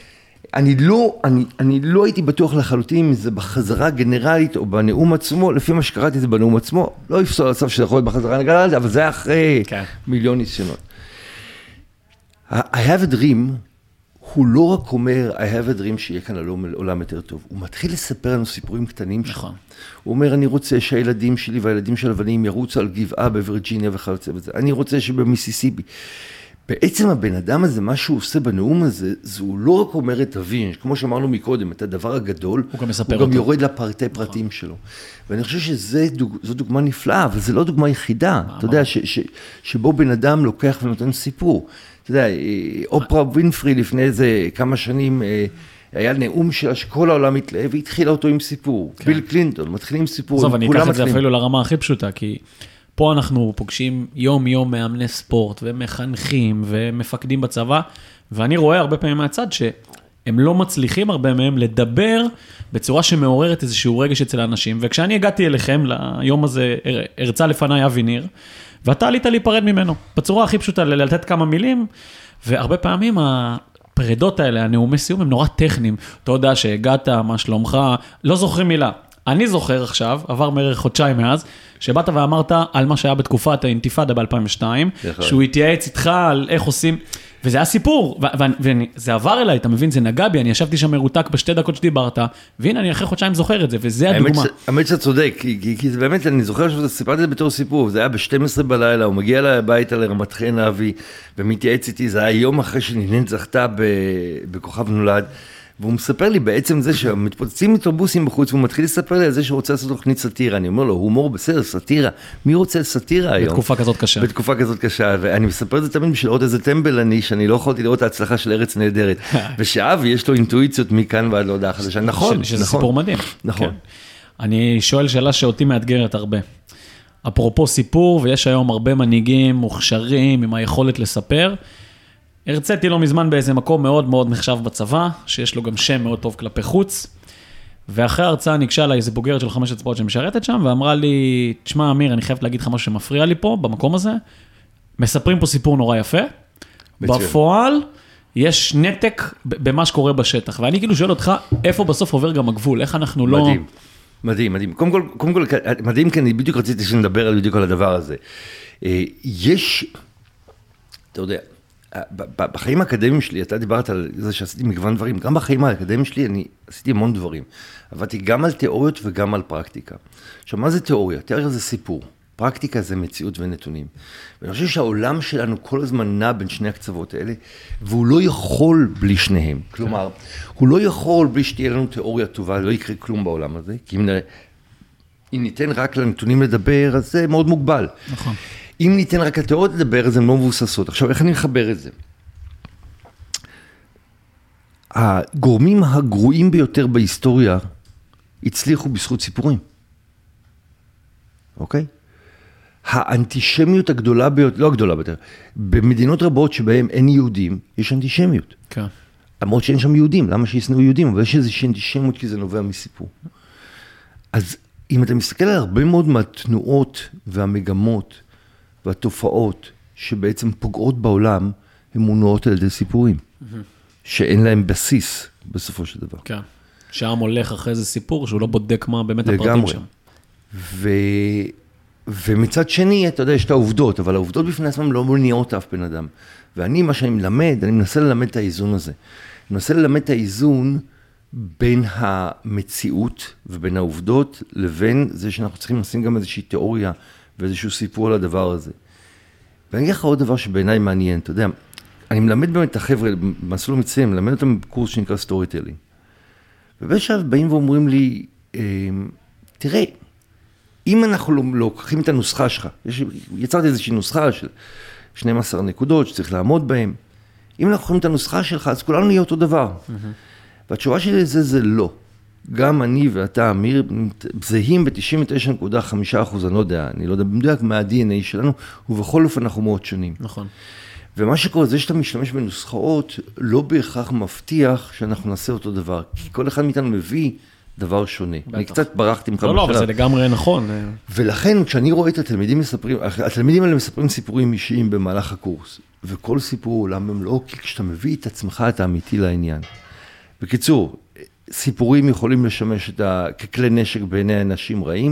אני לא הייתי בטוח לחלוטין אם זה בחזרה גנרלית או בנאום עצמו, לפי מה שקראתי זה בנאום עצמו, לא יפסול על הצו שזה יכול להיות בחזרה גנרלית, אבל זה היה אחרי מיליון ניסיונות. I have a dream, הוא לא רק אומר I have a dream שיהיה כאן עולם יותר טוב, הוא מתחיל לספר לנו סיפורים קטנים שלו. הוא אומר, אני רוצה שהילדים שלי והילדים של הבנים ירוצו על גבעה בווירג'יניה וכיוצא בזה, אני רוצה שבמיסיסיפי. בעצם הבן אדם הזה, מה שהוא עושה בנאום הזה, זה הוא לא רק אומר את הווין, כמו שאמרנו מקודם, את הדבר הגדול, הוא גם יורד לפרטי פרטים שלו. ואני חושב שזו דוגמה נפלאה, אבל זו לא דוגמה יחידה. אתה יודע, שבו בן אדם לוקח ונותן סיפור. אתה יודע, אופרה ווינפרי לפני איזה כמה שנים, היה נאום שלה שכל העולם מתלהב, והתחילה אותו עם סיפור. ביל קלינטון, מתחילים סיפור. טוב, אני אקח את זה אפילו לרמה הכי פשוטה, כי... פה אנחנו פוגשים יום מאמני ספורט ומחנכים ומפקדים בצבא, ואני רואה הרבה פעמים מהצד שהם הם לא מצליחים הרבה מהם לדבר בצורה שמעוררת איזשהו רגש אצל האנשים, וכשאני הגעתי אליכם, ליום הזה, הרצה לפניי אבי ניר, ואתה עלית להיפרד ממנו, בצורה הכי פשוטה, לתת כמה מילים, והרבה פעמים הפרדות האלה, הנאומי סיום, הם נורא טכניים, אתה יודע שהגעת, מה שלומך, לא זוכרים מילה. אני זוכר עכשיו, עבר בערך חודשיים מאז, שבאת ואמרת על מה שהיה בתקופת האינתיפאדה ב-2002, שהוא התייעץ איתך על איך עושים, וזה היה סיפור, וזה עבר אליי, אתה מבין, זה נגע בי, אני ישבתי שם מרותק בשתי דקות שדיברת, והנה אני אחרי חודשיים זוכר את זה, וזה הדוגמה. האמת שאתה צודק, כי זה באמת, אני זוכר שסיפרתי את זה בתור סיפור, זה היה ב-12 בלילה, הוא מגיע לבית לרמת חן אבי, ומתייעץ איתי, זה היה יום אחרי שנינן זכתה בכוכב נולד, והוא מספר לי בעצם זה שמתפוצצים אוטובוסים בחוץ, והוא מתחיל לספר לי על זה שהוא רוצה לעשות תוכנית סאטירה. אני אומר לו, הומור בסדר, סאטירה. מי רוצה סאטירה היום? בתקופה כזאת קשה. בתקופה כזאת קשה, ואני מספר את זה תמיד בשביל עוד איזה טמבל שאני לא יכולתי לראות את ההצלחה של ארץ נהדרת. ושאבי יש לו אינטואיציות מכאן ועד להודעה חדשה. נכון, שזה סיפור מדהים. נכון. אני שואל שאלה שאותי מאתגרת הרבה. אפרופו סיפור, ויש היום הרבה מנהיגים מוכשרים עם היכולת לספר. הרציתי לא מזמן באיזה מקום מאוד מאוד נחשב בצבא, שיש לו גם שם מאוד טוב כלפי חוץ, ואחרי ההרצאה ניגשה לה איזה בוגרת של 5 אצבעות שמשרתת שם, ואמרה לי, תשמע אמיר, אני חייבת להגיד לך משהו שמפריע לי פה, במקום הזה, מספרים פה סיפור נורא יפה, בפועל יש נתק במה שקורה בשטח, ואני כאילו שואל אותך, איפה בסוף עובר גם הגבול, איך אנחנו לא... מדהים, מדהים, מדהים. קודם כל, מדהים, כי אני בדיוק רציתי שנדבר בדיוק על הדבר הזה. יש, אתה יודע, בחיים האקדמיים שלי, אתה דיברת על זה שעשיתי מגוון דברים, גם בחיים האקדמיים שלי אני עשיתי המון דברים. עבדתי גם על תיאוריות וגם על פרקטיקה. עכשיו, מה זה תיאוריה? תיאוריה זה סיפור. פרקטיקה זה מציאות ונתונים. ואני חושב שהעולם שלנו כל הזמן נע בין שני הקצוות האלה, והוא לא יכול בלי שניהם. כלומר, הוא לא יכול בלי שתהיה לנו תיאוריה טובה, לא יקרה כלום בעולם הזה, כי אם ניתן רק לנתונים לדבר, אז זה מאוד מוגבל. נכון. אם ניתן רק לתיאוריות לדבר, אז הן לא מבוססות. עכשיו, איך אני מחבר את זה? הגורמים הגרועים ביותר בהיסטוריה הצליחו בזכות סיפורים. אוקיי? האנטישמיות הגדולה ביותר, לא הגדולה ביותר, במדינות רבות שבהן אין יהודים, יש אנטישמיות. כן. למרות שאין שם יהודים, למה שישנאו יהודים? אבל יש איזושהי אנטישמיות כי זה נובע מסיפור. אז אם אתה מסתכל על הרבה מאוד מהתנועות והמגמות והתופעות שבעצם פוגעות בעולם, הן מונעות על ידי סיפורים, שאין להם בסיס בסופו של דבר. כן, שהעם הולך אחרי איזה סיפור, שהוא לא בודק מה באמת הפרטים שם. ומצד שני, אתה יודע, יש את העובדות, אבל העובדות בפני עצמם לא מניעות אף בן אדם. ואני, מה שאני מלמד, אני מנסה ללמד את האיזון הזה. אני מנסה ללמד את האיזון בין המציאות ובין העובדות, לבין זה שאנחנו צריכים לשים גם איזושהי תיאוריה ואיזשהו סיפור על הדבר הזה. ואני אגיד לך עוד דבר שבעיניי מעניין, אתה יודע, אני מלמד באמת את החבר'ה, במסלול מצוין, מלמד אותם בקורס שנקרא סטורי טלינג. ובשלב באים ואומרים לי, תראה, אם אנחנו לוקחים את הנוסחה שלך, יצרתי איזושהי נוסחה של 12 נקודות שצריך לעמוד בהן, אם אנחנו לוקחים את הנוסחה שלך, אז כולנו נהיה אותו דבר. והתשובה שלי לזה זה לא. גם אני ואתה, אמיר, זהים ב-99.5%, אני לא יודע במדויק מה ה-DNA שלנו, ובכל אופן אנחנו מאוד שונים. נכון. ומה שקורה זה שאתה משתמש בנוסחאות, לא בהכרח מבטיח שאנחנו נעשה אותו דבר, כי כל אחד מאיתנו מביא דבר שונה. אני קצת ברחתי ממך בשלב. לא, אבל זה לגמרי נכון. ולכן, כשאני רואה את התלמידים מספרים, התלמידים האלה מספרים סיפורים אישיים במהלך הקורס, וכל סיפור הוא עולם במלואו, כי כשאתה מביא את עצמך, אתה אמיתי לעניין. בקיצור, סיפורים יכולים לשמש ככלי נשק בעיני אנשים רעים.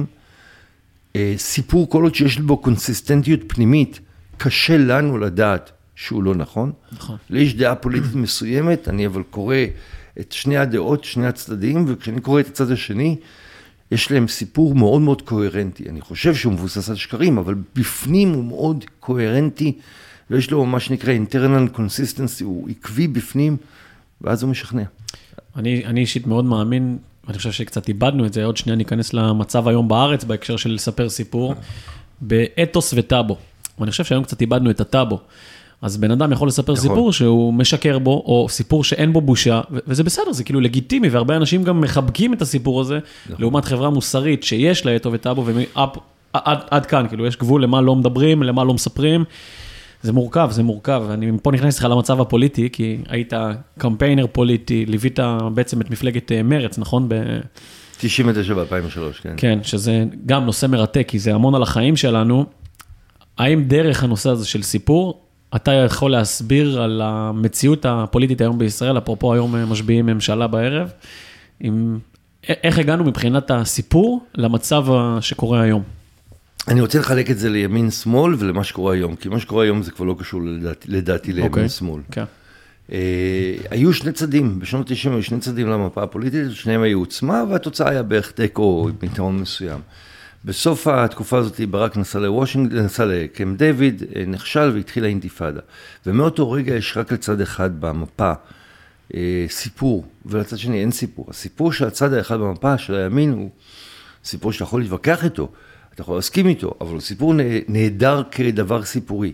סיפור כל עוד שיש בו קונסיסטנטיות פנימית, קשה לנו לדעת שהוא לא נכון. נכון. לי יש דעה פוליטית מסוימת, אני אבל קורא את שני הדעות, שני הצדדים, וכשאני קורא את הצד השני, יש להם סיפור מאוד מאוד קוהרנטי. אני חושב שהוא מבוסס על שקרים, אבל בפנים הוא מאוד קוהרנטי, ויש לו מה שנקרא internal consistency, הוא עקבי בפנים, ואז הוא משכנע. אני אישית מאוד מאמין, ואני חושב שקצת איבדנו את זה, עוד שנייה ניכנס למצב היום בארץ, בהקשר של לספר סיפור, באתוס וטאבו. ואני חושב שהיום קצת איבדנו את הטאבו. אז בן אדם יכול לספר סיפור שהוא משקר בו, או סיפור שאין בו בושה, וזה בסדר, זה כאילו לגיטימי, והרבה אנשים גם מחבקים את הסיפור הזה, לעומת חברה מוסרית שיש לה אתו וטאבו, ועד כאן, כאילו יש גבול למה לא מדברים, למה לא מספרים. זה מורכב, זה מורכב. אני פה נכנס לך למצב הפוליטי, כי היית קמפיינר פוליטי, ליווית בעצם את מפלגת מרץ, נכון? 99 ב-2003, כן. כן, שזה גם נושא מרתק, כי זה המון על החיים שלנו. האם דרך הנושא הזה של סיפור, אתה יכול להסביר על המציאות הפוליטית היום בישראל, אפרופו היום משביעים ממשלה בערב, איך הגענו מבחינת הסיפור למצב שקורה היום? אני רוצה לחלק את זה לימין-שמאל ולמה שקורה היום, כי מה שקורה היום זה כבר לא קשור לדעתי לימין-שמאל. כן. היו שני צדדים, בשנות ה-90 היו שני צדדים למפה הפוליטית, שניהם היו עוצמה, והתוצאה היה בערך תיקו עם יתרון מסוים. בסוף התקופה הזאת ברק נסע לוושינגטון, נסע לקמפ דיוויד, נכשל והתחילה אינתיפאדה. ומאותו רגע יש רק לצד אחד במפה סיפור, ולצד שני אין סיפור. הסיפור של הצד האחד במפה של הימין הוא סיפור שאתה יכול להתווכח איתו, אתה יכול להסכים איתו, אבל הוא סיפור נהדר כדבר סיפורי.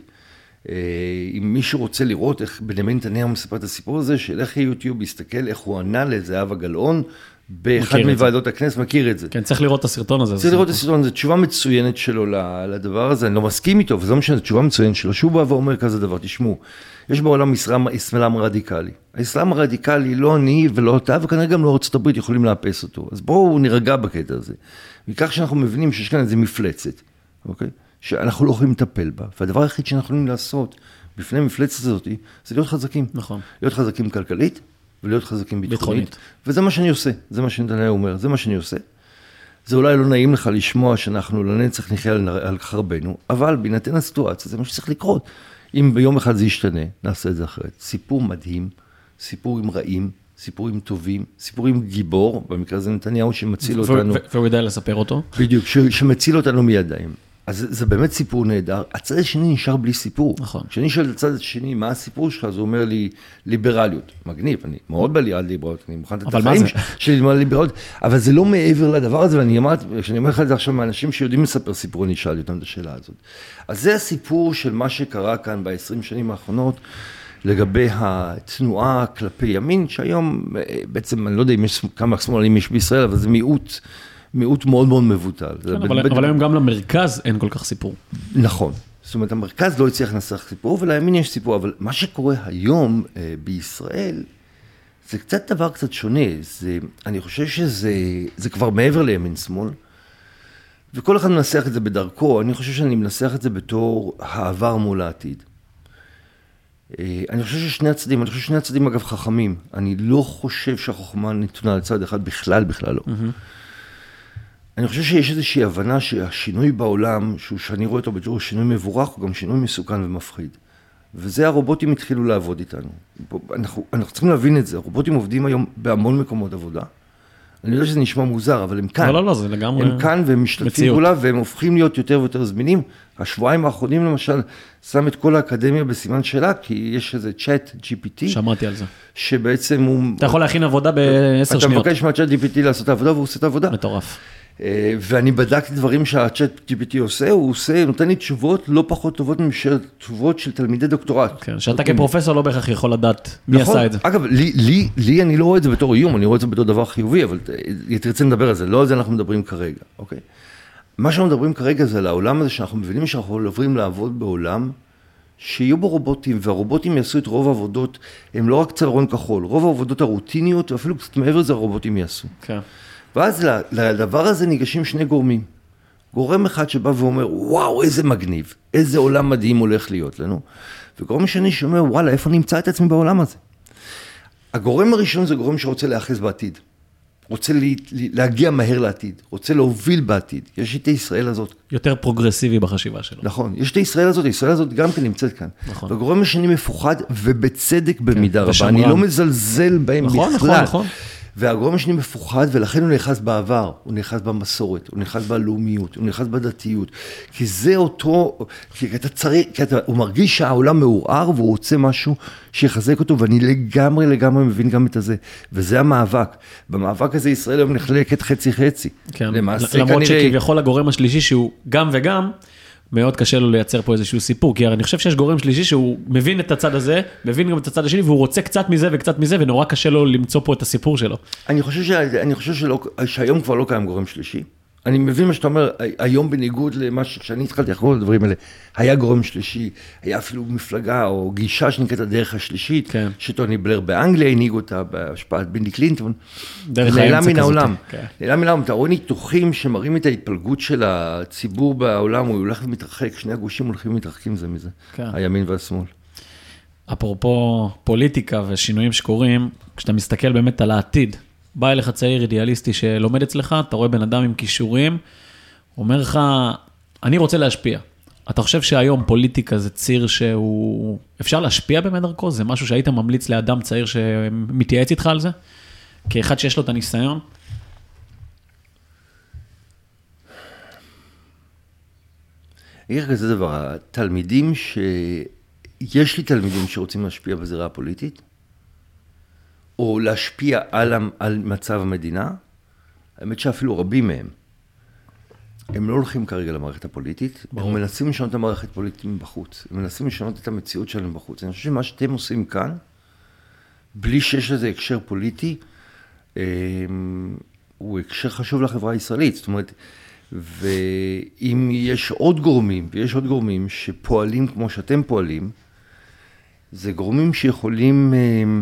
אם מישהו רוצה לראות איך בנימין נתניהו מספר את הסיפור הזה, שילך ליוטיוב, יסתכל איך הוא ענה לזהבה גלאון, באחד מוועדות הכנסת, מכיר את זה. כן, צריך לראות את הסרטון הזה. צריך לראות את הסרטון הזה, תשובה מצוינת שלו לדבר הזה, אני לא מסכים איתו, וזה לא משנה, תשובה מצוינת שלו, שהוא בא ואומר כזה דבר, תשמעו, יש בעולם אסלאם רדיקלי. האסלאם הרדיקלי לא אני ולא אתה, וכנראה גם לא ארצות הברית יכולים לאפס אותו. אז בואו נרגע בקטע הזה. מכך שאנחנו מבינים שיש כאן איזה מפלצת, אוקיי? שאנחנו לא יכולים לטפל בה, והדבר היחיד שאנחנו יכולים לעשות בפני המפלצת הזאת, זה להיות חזקים. נכון. להיות חזקים כלכלית, ולהיות חזקים ביטחונית. וזה מה שאני עושה, זה מה שנתניהו אומר, זה מה שאני עושה. זה אולי לא נעים לך לשמוע שאנחנו לנצח נחיה על חרבנו, אבל בהינתן הסיטואציה, זה מה שצריך לקרות. אם ביום אחד זה ישתנה, נעשה את זה אחרת. סיפור מדהים, סיפורים רעים, סיפורים טובים, סיפורים גיבור, במקרה הזה נתניהו שמציל אותנו. והוא יודע לספר אותו? בדיוק, שמציל אותנו מידיים. אז זה באמת סיפור נהדר. הצד השני נשאר בלי סיפור. נכון. כשאני שואל את הצד השני, מה הסיפור שלך? אז הוא אומר לי, ליברליות. מגניב, אני מאוד בעד ליברליות, אני מוכן לתת החיים שלי ללמוד ליברליות, אבל זה לא מעבר לדבר הזה, כשאני אומר לך את זה עכשיו מאנשים שיודעים לספר סיפור, אני אשאל אותם את השאלה הזאת. אז זה הסיפור של מה שקרה כאן ב-20 שנים האחרונות, לגבי התנועה כלפי ימין, שהיום בעצם, אני לא יודע אם יש כמה שמאלנים יש בישראל, אבל זה מיעוט מאוד מאוד מבוטל. כן, אבל היום גם למרכז אין כל כך סיפור. נכון. זאת אומרת, המרכז לא הצליח לנסח סיפור, ולימין יש סיפור, אבל מה שקורה היום בישראל, זה קצת דבר קצת שונה. אני חושב שזה כבר מעבר לימין שמאל, וכל אחד מנסח את זה בדרכו. אני חושב שאני מנסח את זה בתור העבר מול העתיד. אני חושב ששני הצדדים אגב חכמים. אני לא חושב שהחוכמה נתונה לצד אחד בכלל לא. אני חושב שיש איזושהי הבנה שהשינוי בעולם, שאני רואה אותו בתור שינוי מבורך, הוא גם שינוי מסוכן ומפחיד. וזה הרובוטים התחילו לעבוד איתנו. אנחנו צריכים להבין את זה. הרובוטים עובדים היום בהמון מקומות עבודה. אני יודע שזה נשמע מוזר, אבל הם כאן. לא, זה לגמרי הם כאן והם משתתפים כולה, והם הופכים להיות יותר ויותר זמינים. השבועיים האחרונים למשל, שם את כל האקדמיה בסימן שאלה, כי יש איזה צ'אט GPT. שמעתי על זה. שבעצם הוא... אתה יכול להכין עבודה ב10 שניות. אתה מבקש מהצ'אט GPT לעשות את העבודה, והוא עושה את העבודה. מטורף. ואני בדקתי דברים שהצ'אט GPT עושה, הוא נותן לי תשובות לא פחות טובות תשובות של תלמידי דוקטורט. כן, שאתה כפרופסור לא בהכרח יכול לדעת מי עשה את זה. אגב, לי אני לא רואה את זה בתור איום, אני רואה את זה בתור דבר חיובי, אבל תרצה לדבר על זה, לא על זה אנחנו מדברים כרגע, אוקיי? מה שאנחנו מדברים כרגע זה על העולם הזה שאנחנו מבינים שאנחנו עוברים לעבוד בעולם, שיהיו בו רובוטים, והרובוטים יעשו את רוב העבודות, הם לא רק צלרון כחול, רוב העבודות הרוטיניות, ואפילו קצת מעבר לזה הרובוטים יעשו. כן. ואז לדבר הזה ניגשים שני גורמים. גורם אחד שבא ואומר, וואו, איזה מגניב, איזה עולם מדהים הולך להיות לנו. וגורם שני שאומר, וואלה, איפה נמצא את עצמי בעולם הזה? הגורם הראשון זה גורם שרוצה להאחז בעתיד. רוצה להגיע מהר לעתיד, רוצה להוביל בעתיד. יש את ישראל הזאת. יותר פרוגרסיבי בחשיבה שלו. נכון, יש את ישראל הזאת גם כן נמצאת כאן. נכון. והגורם השני מפוחד ובצדק במידה רבה. אני לא מזלזל בהם בכלל. נכון. והגורם השני מפוחד, ולכן הוא נאחז בעבר, הוא נאחז במסורת, הוא נאחז בלאומיות, הוא נאחז בדתיות, כי זה אותו, הוא מרגיש שהעולם מעורער, והוא רוצה משהו שיחזק אותו, ואני לגמרי מבין גם את זה, וזה המאבק. במאבק הזה ישראל היום נחלקת חצי-חצי. כן, למרות שכביכול הגורם השלישי שהוא גם וגם, מאוד קשה לו לייצר פה איזשהו סיפור, כי אני חושב שיש גורם שלישי שהוא מבין את הצד הזה, מבין גם את הצד השני, והוא רוצה קצת מזה וקצת מזה, ונורא קשה לו למצוא פה את הסיפור שלו. אני חושב שהיום כבר לא קיים גורם שלישי. אני מבין מה שאתה אומר, היום בניגוד למה שאני התחלתי לחקור את הדברים האלה, היה גורם שלישי, היה אפילו מפלגה או גישה שנקראת הדרך השלישית, כן. שטוני בלר באנגליה הנהיג אותה, בהשפעת בילי קלינטון, דרך נעלם האמצע מן העולם. כן. נעלם מן העולם, אתה רואה ניתוחים שמראים את ההתפלגות של הציבור בעולם, הוא הולך ומתרחק, שני הגושים הולכים ומתרחקים זה מזה, כן. הימין והשמאל. אפרופו פוליטיקה ושינויים שקורים, כשאתה מסתכל באמת על העתיד, בא אליך צעיר אידיאליסטי שלומד אצלך, אתה רואה בן אדם עם כישורים, אומר לך, אני רוצה להשפיע. אתה חושב שהיום פוליטיקה זה ציר שהוא, אפשר להשפיע באמת דרכו? זה משהו שהיית ממליץ לאדם צעיר שמתייעץ איתך על זה? כאחד שיש לו את הניסיון? יש כזה דבר, התלמידים יש לי תלמידים שרוצים להשפיע בזירה הפוליטית, או להשפיע על מצב המדינה, האמת שאפילו רבים מהם, הם לא הולכים כרגע למערכת הפוליטית, הם מנסים לשנות את המערכת הפוליטית מבחוץ, הם מנסים לשנות את המציאות שלהם בחוץ. אני חושב שמה שאתם עושים כאן, בלי שיש לזה הקשר פוליטי, הוא הקשר חשוב לחברה הישראלית. זאת אומרת, ואם יש עוד גורמים, ויש עוד גורמים שפועלים כמו שאתם פועלים, זה גורמים שיכולים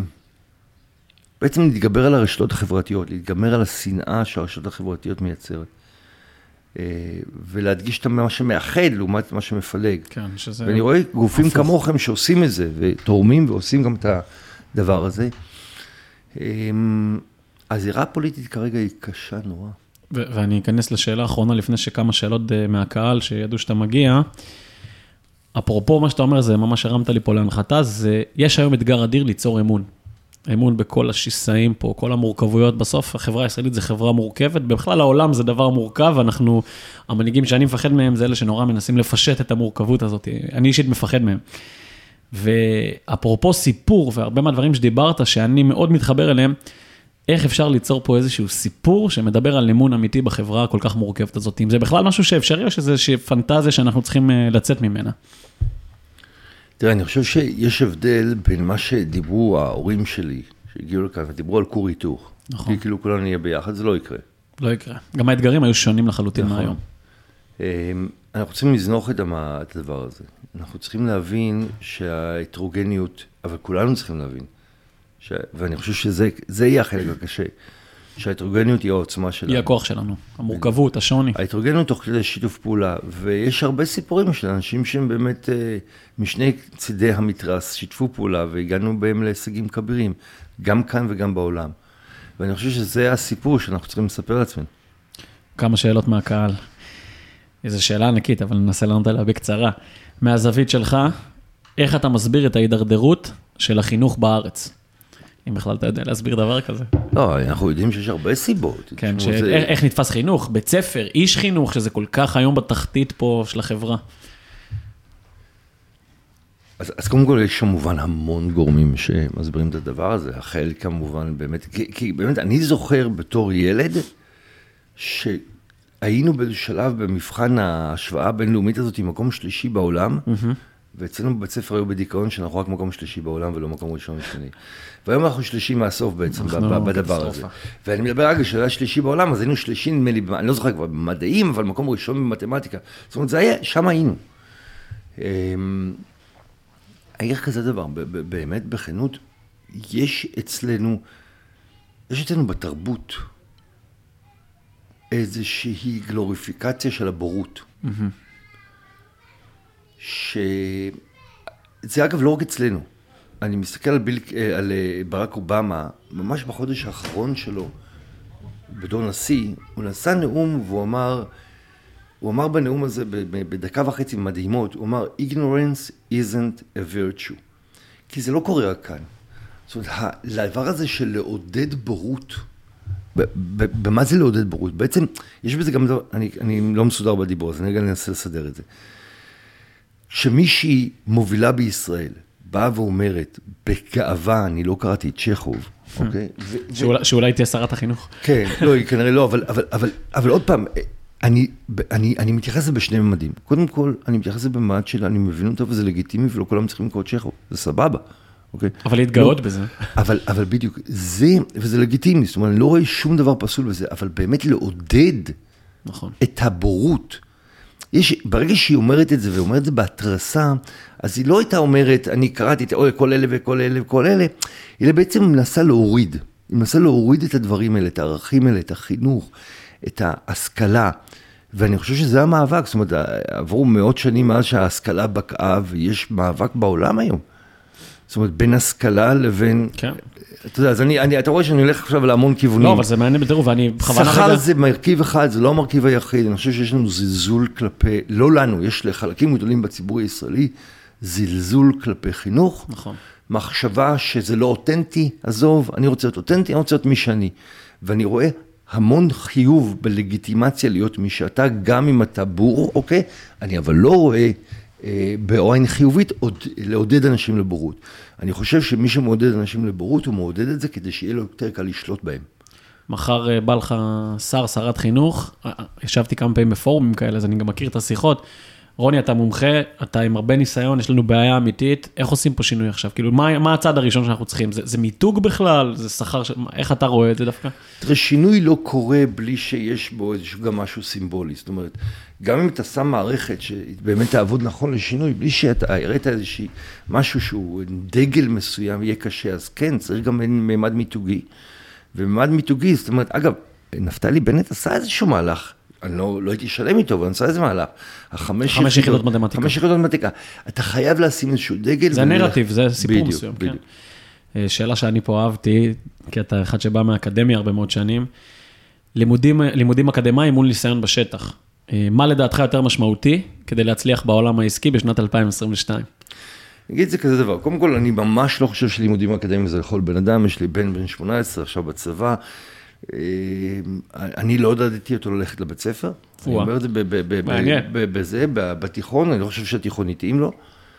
בעצם להתגבר על הרשתות החברתיות, להתגבר על השנאה שהרשתות החברתיות מייצרת. ולהדגיש את מה שמאחד לעומת מה שמפלג. כן, שזה... ואני רואה גופים כמוכם שעושים את זה, ותורמים ועושים גם את הדבר הזה. הזירה הפוליטית כרגע היא קשה נורא. ואני אכנס לשאלה האחרונה לפני שכמה שאלות מהקהל שידעו שאתה מגיע. אפרופו מה שאתה אומר, זה ממש הרמת לי פה להנחתה, זה יש היום אתגר אדיר ליצור אמון. אמון בכל השיסאים פה, כל המורכבויות. בסוף החברה הישראלית זה חברה מורכבת, בכלל העולם זה דבר מורכב, המנהיגים שאני מפחד מהם זה אלה שנורא מנסים לפשט את המורכבות הזאת. אני אישית מפחד מהם. ואפרופו סיפור, והרבה מהדברים שדיברת, שאני מאוד מתחבר אליהם, איך אפשר ליצור פה איזשהו סיפור שמדבר על אמון אמיתי בחברה כל כך מורכבת הזאת? אם זה בכלל משהו שאפשרי, או שזה איזושהי פנטזיה שאנחנו צריכים לצאת ממנה? תראה, אני חושב שיש הבדל בין מה שדיברו ההורים שלי, שהגיעו לכאן, ודיברו על כור היתוך. נכון. כי כאילו כולנו נהיה ביחד, זה לא יקרה. לא יקרה. גם האתגרים היו שונים לחלוטין נכון. מהיום. אנחנו צריכים לזנוח את הדבר הזה. אנחנו צריכים להבין שההטרוגניות, אבל כולנו צריכים להבין, ואני חושב שזה יהיה החלק הקשה, שההטרוגניות היא העוצמה שלנו. היא הכוח שלנו, המורכבות, השוני. ההטרוגניות תוך כדי שיתוף פעולה, ויש הרבה סיפורים של אנשים שהם באמת משני צידי המתרס, שיתפו פעולה והגענו בהם להישגים כבירים, גם כאן וגם בעולם. ואני חושב שזה הסיפור שאנחנו צריכים לספר לעצמנו. כמה שאלות מהקהל. איזו שאלה ענקית, אבל ננסה לענות עליה בקצרה. מהזווית שלך, איך אתה מסביר את ההידרדרות של החינוך בארץ? אם בכלל אתה יודע להסביר דבר כזה. לא, אנחנו יודעים שיש הרבה סיבות. כן, איך נתפס חינוך, בית ספר, איש חינוך, שזה כל כך היום בתחתית פה של החברה. אז קודם כל יש כמובן המון גורמים שמסבירים את הדבר הזה, החל כמובן באמת, כי באמת אני זוכר בתור ילד, שהיינו באיזה שלב במבחן ההשוואה הבינלאומית הזאת עם מקום שלישי בעולם, ואצלנו בבית ספר היו בדיכאון שאנחנו רק מקום שלישי בעולם ולא מקום ראשון ושני. והיום אנחנו שלישי מהסוף בעצם בדבר הזה. ואני מדבר רק כשהיה שלישי בעולם, אז היינו שלישי, נדמה לי, אני לא זוכר כבר במדעים, אבל מקום ראשון במתמטיקה. זאת אומרת, זה היה, שם היינו. היה כזה דבר, באמת בכנות, יש אצלנו בתרבות איזושהי גלוריפיקציה של הבורות. זה אגב לא רק אצלנו. אני מסתכל על ברק אובמה, ממש בחודש האחרון שלו, בתור נשיא, הוא נשא נאום והוא אמר בנאום הזה, בדקה וחצי מדהימות, הוא אמר, ignorance isn't a virtue. כי זה לא קורה רק כאן. זאת אומרת, הדבר הזה של לעודד בורות, במה זה לעודד בורות? בעצם, יש בזה גם, אני לא מסודר בדיבור, אז אני רגע ננסה לסדר את זה. שמישהי מובילה בישראל, באה ואומרת, בגאווה, אני לא קראתי את צ'כוב, אוקיי? שאולי תהיה שרת החינוך. כן, לא, היא כנראה לא, אבל עוד פעם, אני מתייחס לזה בשני ממדים. קודם כל, אני מתייחס לזה במעט שלה, אני מבין אותה וזה לגיטימי, ולא כולם צריכים לקרוא צ'כוב, זה סבבה, אוקיי? אבל להתגאות בזה. אבל בדיוק, זה, וזה לגיטימי, זאת אומרת, אני לא רואה שום דבר פסול בזה, אבל באמת לעודד נכון. את הבורות. ברגע שהיא אומרת את זה, ואומרת את זה בהתרסה, אז היא לא הייתה אומרת, אני קראתי את כל אלה וכל אלה וכל אלה, אלא בעצם מנסה להוריד. היא מנסה להוריד את הדברים האלה, את הערכים האלה, את החינוך, את ההשכלה. ואני חושב שזה המאבק, זאת אומרת, עברו מאות שנים מאז שההשכלה בקעה, ויש מאבק בעולם היום. זאת אומרת, בין השכלה לבין... כן. אתה יודע, אז אתה רואה שאני הולך עכשיו להמון כיוונים. לא, אבל זה מעניין בטירוף, ואני בכוונה רגע... שכר זה מרכיב אחד, זה לא המרכיב היחיד. אני חושב שיש לנו זלזול כלפי, לא לנו, יש לחלקים גדולים בציבור הישראלי, זלזול כלפי חינוך. נכון. מחשבה שזה לא אותנטי, עזוב, אני רוצה להיות אותנטי, אני רוצה להיות מי שאני. ואני רואה המון חיוב בלגיטימציה להיות מי שאתה, גם אם אתה בור, אוקיי? אני אבל לא רואה בעין חיובית לעודד אנשים לבורות. אני חושב שמי שמעודד אנשים לבורות, הוא מעודד את זה כדי שיהיה לו יותר קל לשלוט בהם. מחר בא לך שרת חינוך, ישבתי כמה פעמים בפורומים כאלה, אז אני גם מכיר את השיחות. רוני, אתה מומחה, אתה עם הרבה ניסיון, יש לנו בעיה אמיתית, איך עושים פה שינוי עכשיו? כאילו, מה הצעד הראשון שאנחנו צריכים? זה מיתוג בכלל? זה שכר? איך אתה רואה את זה דווקא? תראה, שינוי לא קורה בלי שיש בו איזשהו גם משהו סימבולי. זאת אומרת, גם אם אתה שם מערכת שבאמת תעבוד נכון לשינוי, בלי שאתה הראת איזשהו משהו שהוא דגל מסוים, יהיה קשה, אז כן, צריך גם מימד מיתוגי. ומימד מיתוגי, זאת אומרת, אגב, נפתלי בנט עשה איזשהו מהלך, אני לא הייתי שלם איתו, אבל אני עושה איזה מהלך. 5 יחידות מתמטיקה. 5 יחידות מתמטיקה. אתה חייב לשים איזשהו דגל. זה נרטיב, זה סיפור מסוים. בדיוק. שאלה שאני פה אהבתי, כי אתה אחד שבא מהאקדמיה הרבה מאוד שנים, לימודים אקדמיים מול ניסיון בשטח. מה לדעתך יותר משמעותי כדי להצליח בעולם העסקי בשנת 2022? אני אגיד את זה כזה דבר. קודם כל, אני ממש לא חושב שלימודים אקדמיים זה לכל בן אדם. יש לי בן 18, עכשיו בצבא. אני לא עודדתי אותו ללכת לבית ספר. אני אומר את זה בתיכון, אני לא חושב שהתיכון יתאים לו.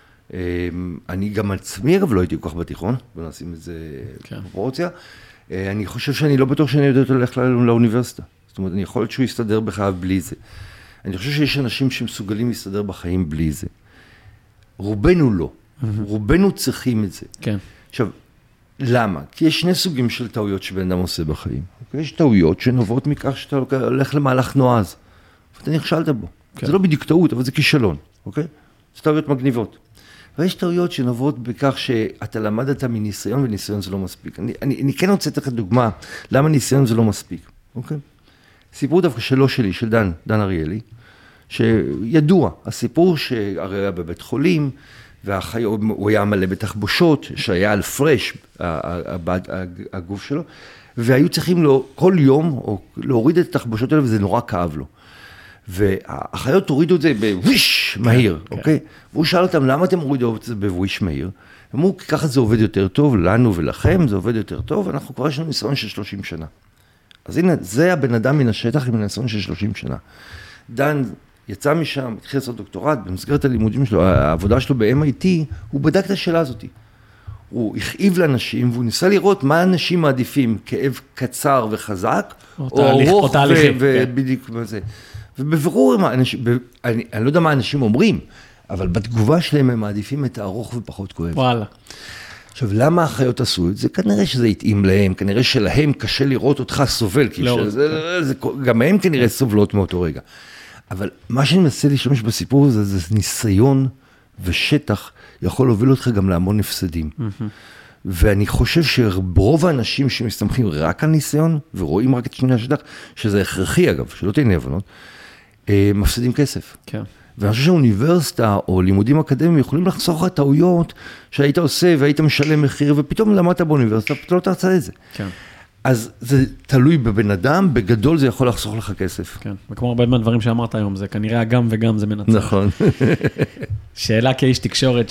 אני גם עצמי, אגב, לא הייתי כל כך בתיכון, בוא נשים את זה בפרופורציה. אני חושב שאני לא בטוח שאני יודע אותו ללכת לאוניברסיטה. זאת אומרת, אני יכול להיות שהוא יסתדר בחייו בלי זה. אני חושב שיש אנשים שמסוגלים להסתדר בחיים בלי זה. רובנו לא. רובנו צריכים את זה. כן. עכשיו, למה? כי יש שני סוגים של טעויות שבן אדם עושה בחיים. יש טעויות שנובעות מכך שאתה הולך למהלך נועז, ואתה נכשלת בו. זה לא בדיוק טעות, אבל זה כישלון, אוקיי? זה טעויות מגניבות. ויש טעויות שנובעות בכך שאתה למדת מניסיון, וניסיון זה לא מספיק. אני כן רוצה לתת לך דוגמה, למה ניסיון זה לא מספיק, אוקיי? סיפור דווקא שלי, של דן אריאלי, שידוע, הסיפור שהרי היה בבית חולים, והוא היה מלא בתחבושות, שהיה על פרש, הגוף שלו, והיו צריכים לו כל יום, או להוריד את התחבושות האלה, וזה נורא כאב לו. והאחיות הורידו את זה בוויש מהיר, אוקיי? והוא שאל אותם, למה אתם הורידו את זה בוויש מהיר? אמרו, כי ככה זה עובד יותר טוב, לנו ולכם זה עובד יותר טוב, אנחנו כבר יש לנו ניסיון של 30 שנה. אז הנה, זה הבן אדם מן השטח עם ניסיון של 30 שנה. דן יצא משם, התחיל לעשות דוקטורט, במסגרת הלימודים שלו, העבודה שלו ב-MIT, הוא בדק את השאלה הזאת. הוא הכאיב לאנשים, והוא ניסה לראות מה אנשים מעדיפים, כאב קצר וחזק, או ארוך ובדיוק בזה. ובברור, אני לא יודע מה אנשים אומרים, אבל בתגובה שלהם הם מעדיפים את הארוך ופחות כואב. וואלה. עכשיו, למה האחיות עשו את זה? כנראה שזה התאים להם, כנראה שלהם קשה לראות אותך סובל, כי גם הם כנראה סובלות מאותו רגע. אבל מה שאני מנסה להשתמש בסיפור הזה, זה ניסיון ושטח יכול להוביל אותך גם להמון הפסדים. ואני חושב שרוב האנשים שמסתמכים רק על ניסיון, ורואים רק את שני השטח, שזה הכרחי אגב, שלא תהיינה הבנות, מפסידים כסף. כן. ואני חושב שהאוניברסיטה או לימודים אקדמיים יכולים לחסוך את טעויות שהיית עושה והיית משלם מחיר, ופתאום למדת באוניברסיטה, פתאום לא תרצה את זה. כן. אז זה תלוי בבן אדם, בגדול זה יכול לחסוך לך כסף. כן, וכמו הרבה מהדברים שאמרת היום, זה כנראה הגם וגם זה מנצח. נכון. שאלה כאיש תקשורת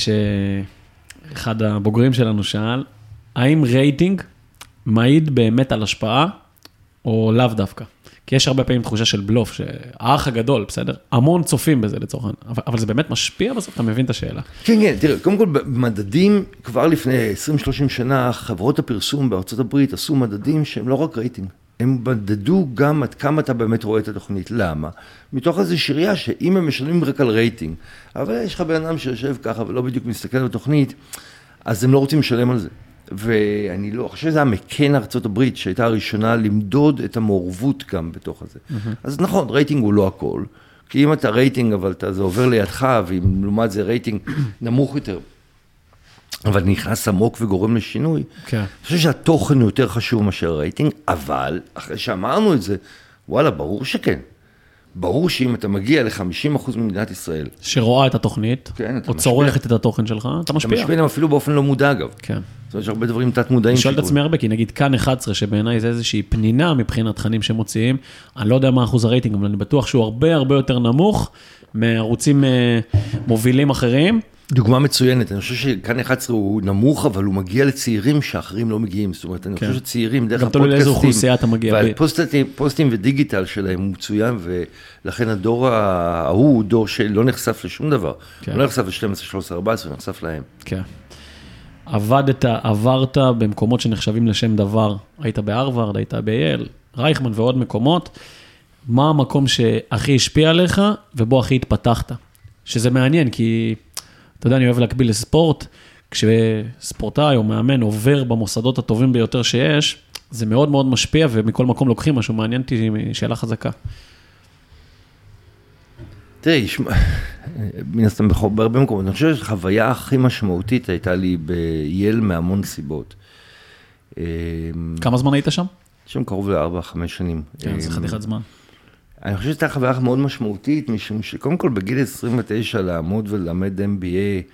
שאחד הבוגרים שלנו שאל, האם רייטינג מעיד באמת על השפעה או לאו דווקא? כי יש הרבה פעמים תחושה של בלוף, שהאח הגדול, בסדר? המון צופים בזה לצורך העניין, אבל זה באמת משפיע בסוף, אתה מבין את השאלה. כן, כן, תראה, קודם כל במדדים, כבר לפני 20-30 שנה, חברות הפרסום בארצות הברית עשו מדדים שהם לא רק רייטינג, הם מדדו גם עד כמה אתה באמת רואה את התוכנית. למה? מתוך איזו שריעה שאם הם משלמים רק על רייטינג, אבל יש לך בן אדם שיושב ככה ולא בדיוק מסתכל על התוכנית, אז הם לא רוצים לשלם על זה. ואני לא חושב שזה היה מקן ארצות הברית, שהייתה הראשונה למדוד את המעורבות גם בתוך הזה. אז נכון, רייטינג הוא לא הכל, כי אם אתה רייטינג, אבל זה עובר לידך, ואם לעומת זה רייטינג נמוך יותר, אבל נכנס עמוק וגורם לשינוי, אני חושב שהתוכן הוא יותר חשוב מאשר רייטינג, אבל אחרי שאמרנו את זה, וואלה, ברור שכן. ברור שאם אתה מגיע ל-50% ממדינת ישראל, שרואה את התוכנית, או צורכת את התוכן שלך, אתה משפיע. אתה משפיע להם אפילו באופן לא מודע, אגב. כן. זאת אומרת שהרבה דברים תת מודעים. אני שואל את עצמי הרבה, כי נגיד כאן 11, שבעיניי זה איזושהי פנינה מבחינת תכנים שמוציאים, אני לא יודע מה אחוז הרייטינג, אבל אני בטוח שהוא הרבה הרבה יותר נמוך, מערוצים מובילים אחרים. דוגמה מצוינת, אני חושב שכאן 11 הוא נמוך, אבל הוא מגיע לצעירים שאחרים לא מגיעים. זאת אומרת, אני חושב שצעירים, דרך הפודקאסטים, והפוסטים ודיגיטל שלהם הוא מצוין, ולכן הדור ההוא הוא דור שלא נחשף לשום דבר. הוא לא נחשף ל-12, 13, 14, הוא נחשף להם. כן. עברת במקומות שנחשבים לשם דבר. היית בהרווארד, היית בייל, רייכמן ועוד מקומות. מה המקום שהכי השפיע עליך, ובו הכי התפתחת? שזה מעניין, כי אתה יודע, אני אוהב להקביל לספורט, כשספורטאי או מאמן עובר במוסדות הטובים ביותר שיש, זה מאוד מאוד משפיע, ומכל מקום לוקחים משהו, מעניין אותי שאלה חזקה. תראי, מן הסתם בהרבה מקומות, אני חושב שהחוויה הכי משמעותית הייתה לי בייל מהמון סיבות. כמה זמן היית שם? שם קרוב ל4-5 שנים. כן, זה חתיכת זמן. אני חושב שהייתה חוויה מאוד משמעותית, משום שקודם כל בגיל 29 לעמוד וללמד MBA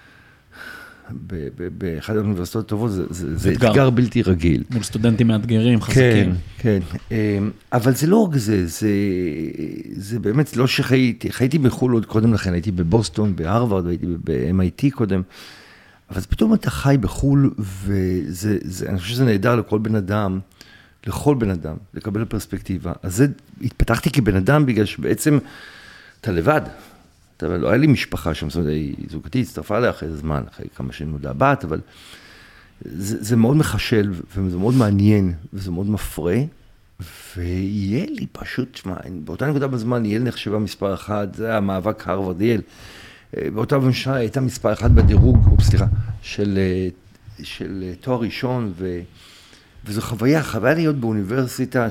באחד האוניברסיטאות הטובות, זה אתגר בלתי רגיל. מול סטודנטים מאתגרים, חזקים. כן, כן. אבל זה לא רק זה, זה באמת לא חייתי בחול עוד קודם לכן, הייתי בבוסטון, בהרווארד, הייתי ב-MIT קודם, אבל פתאום אתה חי בחול, ואני חושב שזה נהדר לכל בן אדם, לקבל פרספקטיבה. אז זה, התפתחתי כבן אדם, בגלל שבעצם אתה לבד. לא היה לי משפחה שם, זאת אומרת, זוגתי הצטרפה לה אחרי זמן, אחרי כמה שנים נולדה בת, אבל זה מאוד מחשל, וזה מאוד מעניין, וזה מאוד מפרה, ויהיה לי פשוט, באותה נקודה בזמן, יל נחשבה מספר 1, זה היה המאבק הרווארד יל, באותה משנה הייתה מספר 1 בדירוג, של תואר ראשון, וזו חוויה להיות באוניברסיטה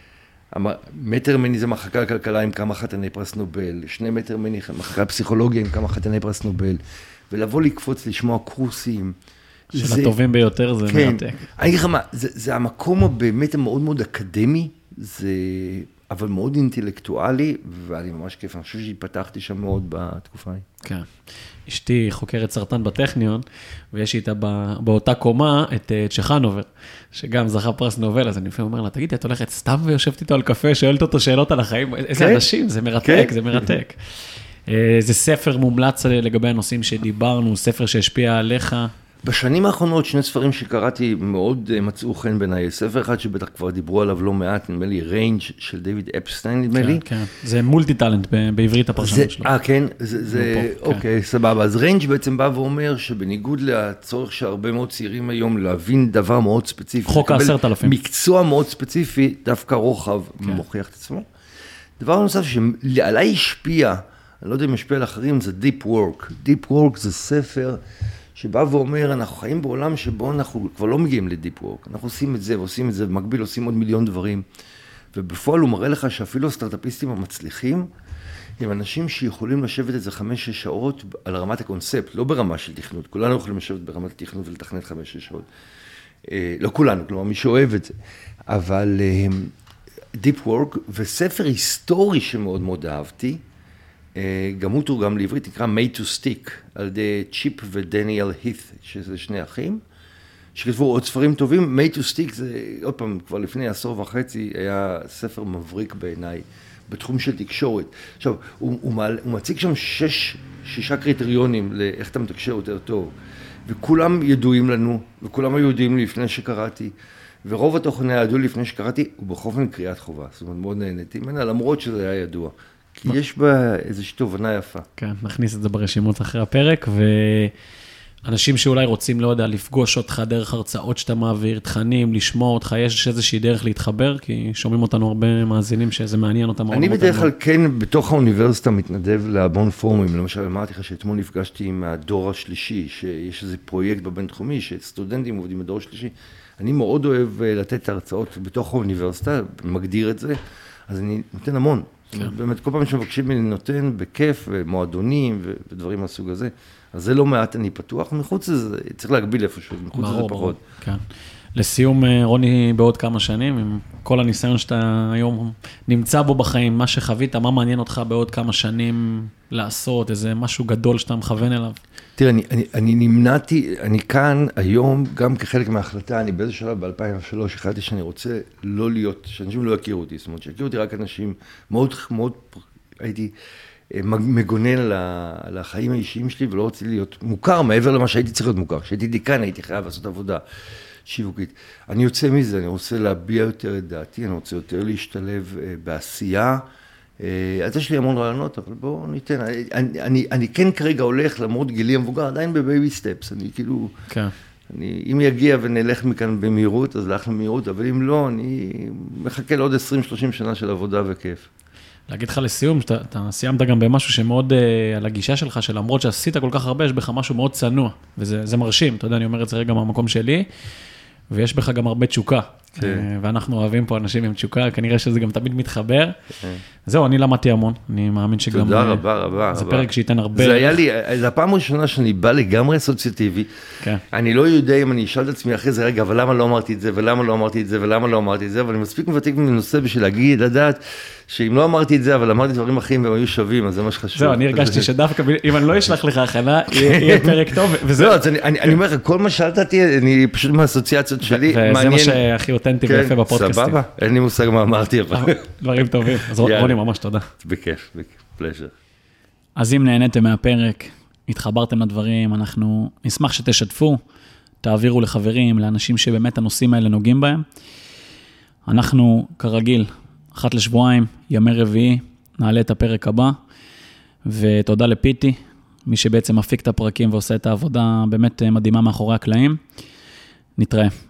מטר ממני זה מחלקה לכלכלה עם כמה חתני פרס נובל, 2 מטר ממני מחלקה לפסיכולוגיה עם כמה חתני פרס נובל, ולבוא לקפוץ לשמוע קורסים. של הטובים ביותר זה מרתק. אני אגיד לך מה, זה המקום באמת מאוד מאוד אקדמי, אבל מאוד אינטלקטואלי, ואני ממש כיף, אני חושב שהתפתחתי שם מאוד בתקופה ההיא. כן. אשתי חוקרת סרטן בטכניון, ויש איתה באותה קומה את צ'חנובר, שגם זכה פרס נובל, אז אני לפעמים אומר לה, תגידי, את הולכת סתם ויושבת איתו על קפה, שואלת אותו שאלות על החיים, איזה אנשים, זה מרתק, זה מרתק. זה ספר מומלץ לגבי הנושאים שדיברנו, ספר שהשפיע עליך. בשנים האחרונות, 2 ספרים שקראתי מאוד מצאו חן בעיניי. ספר אחד שבטח כבר דיברו עליו לא מעט, נדמה לי, ריינג' של דיוויד אפשטיין, נדמה לי. כן, זה מולטי טלנט בעברית הפרשנות שלו. כן, אוקיי, סבבה. אז ריינג' בעצם בא ואומר שבניגוד לצורך שהרבה מאוד צעירים היום להבין דבר מאוד ספציפי, חוק 10,000. מקצוע מאוד ספציפי, דווקא רוחב מוכיח את עצמו. דבר נוסף שעליי השפיע, אני לא יודע אם השפיע על אחרים, זה Deep Work. Deep Work זה ספר שבא ואומר, אנחנו חיים בעולם שבו אנחנו כבר לא מגיעים לדיפ וורק, אנחנו עושים את זה ועושים את זה, במקביל עושים עוד מיליון דברים, ובפועל הוא מראה לך שאפילו הסטארט-אפיסטים המצליחים, הם אנשים שיכולים לשבת את זה 5-6 שעות על רמת הקונספט, לא ברמה של תכנות, כולנו יכולים לשבת ברמת התכנות ולתכנת 5-6 שעות, לא כולנו, כלומר מי שאוהב את זה, אבל דיפ וורק וספר היסטורי שמאוד מאוד אהבתי, גם הוא תורגם לעברית, נקרא Made to Stick, על ידי צ'יפ ודניאל הית', שזה 2 אחים, שכתבו עוד ספרים טובים. Made to Stick זה, עוד פעם, כבר לפני 10.5 היה ספר מבריק בעיניי, בתחום של תקשורת. עכשיו, הוא מציג שם 6 קריטריונים לאיך אתה מתקשר יותר טוב, וכולם ידועים לנו, וכולם היו ידועים לי לפני שקראתי, ורוב התוכן היה ידוע לפני שקראתי, ובחופן קריאת חובה, זאת אומרת, מאוד נהניתי ממנה, למרות שזה היה ידוע. כי יש בה איזושהי תובנה יפה. כן, נכניס את זה ברשימות אחרי הפרק, אנשים שאולי רוצים, לא יודע, לפגוש אותך דרך הרצאות שאתה מעביר, תכנים, לשמוע אותך, יש איזושהי דרך להתחבר, כי שומעים אותנו הרבה מאזינים שזה מעניין אותם. אני בדרך כלל כן, בתוך האוניברסיטה מתנדב להמון פורומים, למשל אמרתי לך שאתמול נפגשתי עם הדור השלישי, שיש איזה פרויקט בבינתחומי, שסטודנטים עובדים בדור השלישי, אני מאוד אוהב לתת הרצאות בתוך האוניברסיטה, מגדיר את זה, אז אני נותן המון. באמת, כל פעם שמבקשים ממני נותן בכיף, ומועדונים ודברים מהסוג הזה. אז זה לא מעט אני פתוח, מחוץ לזה, צריך להגביל איפשהו, מחוץ לזה פחות. כן. לסיום, רוני, בעוד כמה שנים, עם כל הניסיון שאתה היום נמצא בו בחיים, מה שחווית, מה מעניין אותך בעוד כמה שנים לעשות, איזה משהו גדול שאתה מכוון אליו? תראה, אני נמנעתי, אני כאן היום, גם כחלק מההחלטה, אני באיזה שלב ב-2003 החלטתי שאני רוצה לא להיות, שאנשים לא יכירו אותי, זאת אומרת, שיכירו אותי רק אנשים מאוד, מאוד, הייתי מגונן על החיים האישיים שלי, ולא רציתי להיות מוכר מעבר למה שהייתי צריך להיות מוכר. כשהייתי דיקן, הייתי חייב לעשות עבודה שיווקית. אני יוצא מזה, אני רוצה להביע יותר את דעתי, אני רוצה יותר להשתלב בעשייה. אז יש לי המון רעיונות, אבל בואו ניתן. אני כן כרגע הולך, למרות גילי המבוגר, עדיין בבייבי סטפס. אני כאילו, אם יגיע ונלך מכאן במהירות, אז הלך למהירות, אבל אם לא, אני מחכה לעוד 20-30 שנה של עבודה וכיף. להגיד לך לסיום, אתה סיימת גם במשהו שמאוד על הגישה שלך, שלמרות שעשית כל כך הרבה, יש בך משהו מאוד צנוע, וזה מרשים, אתה יודע, אני אומר את זה רגע מהמקום שלי, ויש בך גם הרבה תשוקה, ואנחנו אוהבים פה אנשים עם תשוקה, כנראה שזה גם תמיד מתחבר. זהו, אני למדתי המון, אני מאמין שגם... תודה רבה. זה פרק שייתן הרבה... זה היה לי, זה הפעם הראשונה שאני בא לגמרי אסוציאטיבי, אני לא יודע אם אני אשאל את עצמי אחרי זה, רגע, אבל למה לא אמרתי את זה, ולמה לא אמרתי את זה, ולמה לא אמרתי את זה, אבל אני מספיק מבטיק מנושא בשביל להגיד, לדעת, שאם לא אמרתי את זה, אבל אמרתי דברים אחרים והם היו שווים, אז זה מה שחשוב. זהו, אני הרגשתי שדווקא, אם אני לא אשלח לך הכנה, יהיה פרק טוב, וזהו, אז אני אומר לך, כל מה שאלת אותי, אני פשוט מהאסוציאציות שלי, וזה מה שהכי אותנטי ויפה בפודקאסטים. סבבה, אין לי מושג מה אמרתי, אבל... דברים טובים. אז רוני, ממש תודה. בכיף, פלז'ר. אז אם נהניתם מהפרק, התחברתם לדברים, אנחנו נשמח שתשתפו, תעבירו לחברים, לאנשים שבאמת הנושאים האלה נוגעים בהם. אנחנו, כרגיל, אחת לשבועיים, ימי רביעי, נעלה את הפרק הבא, ותודה לפיטי, מי שבעצם מפיק את הפרקים ועושה את העבודה באמת מדהימה מאחורי הקלעים. נתראה.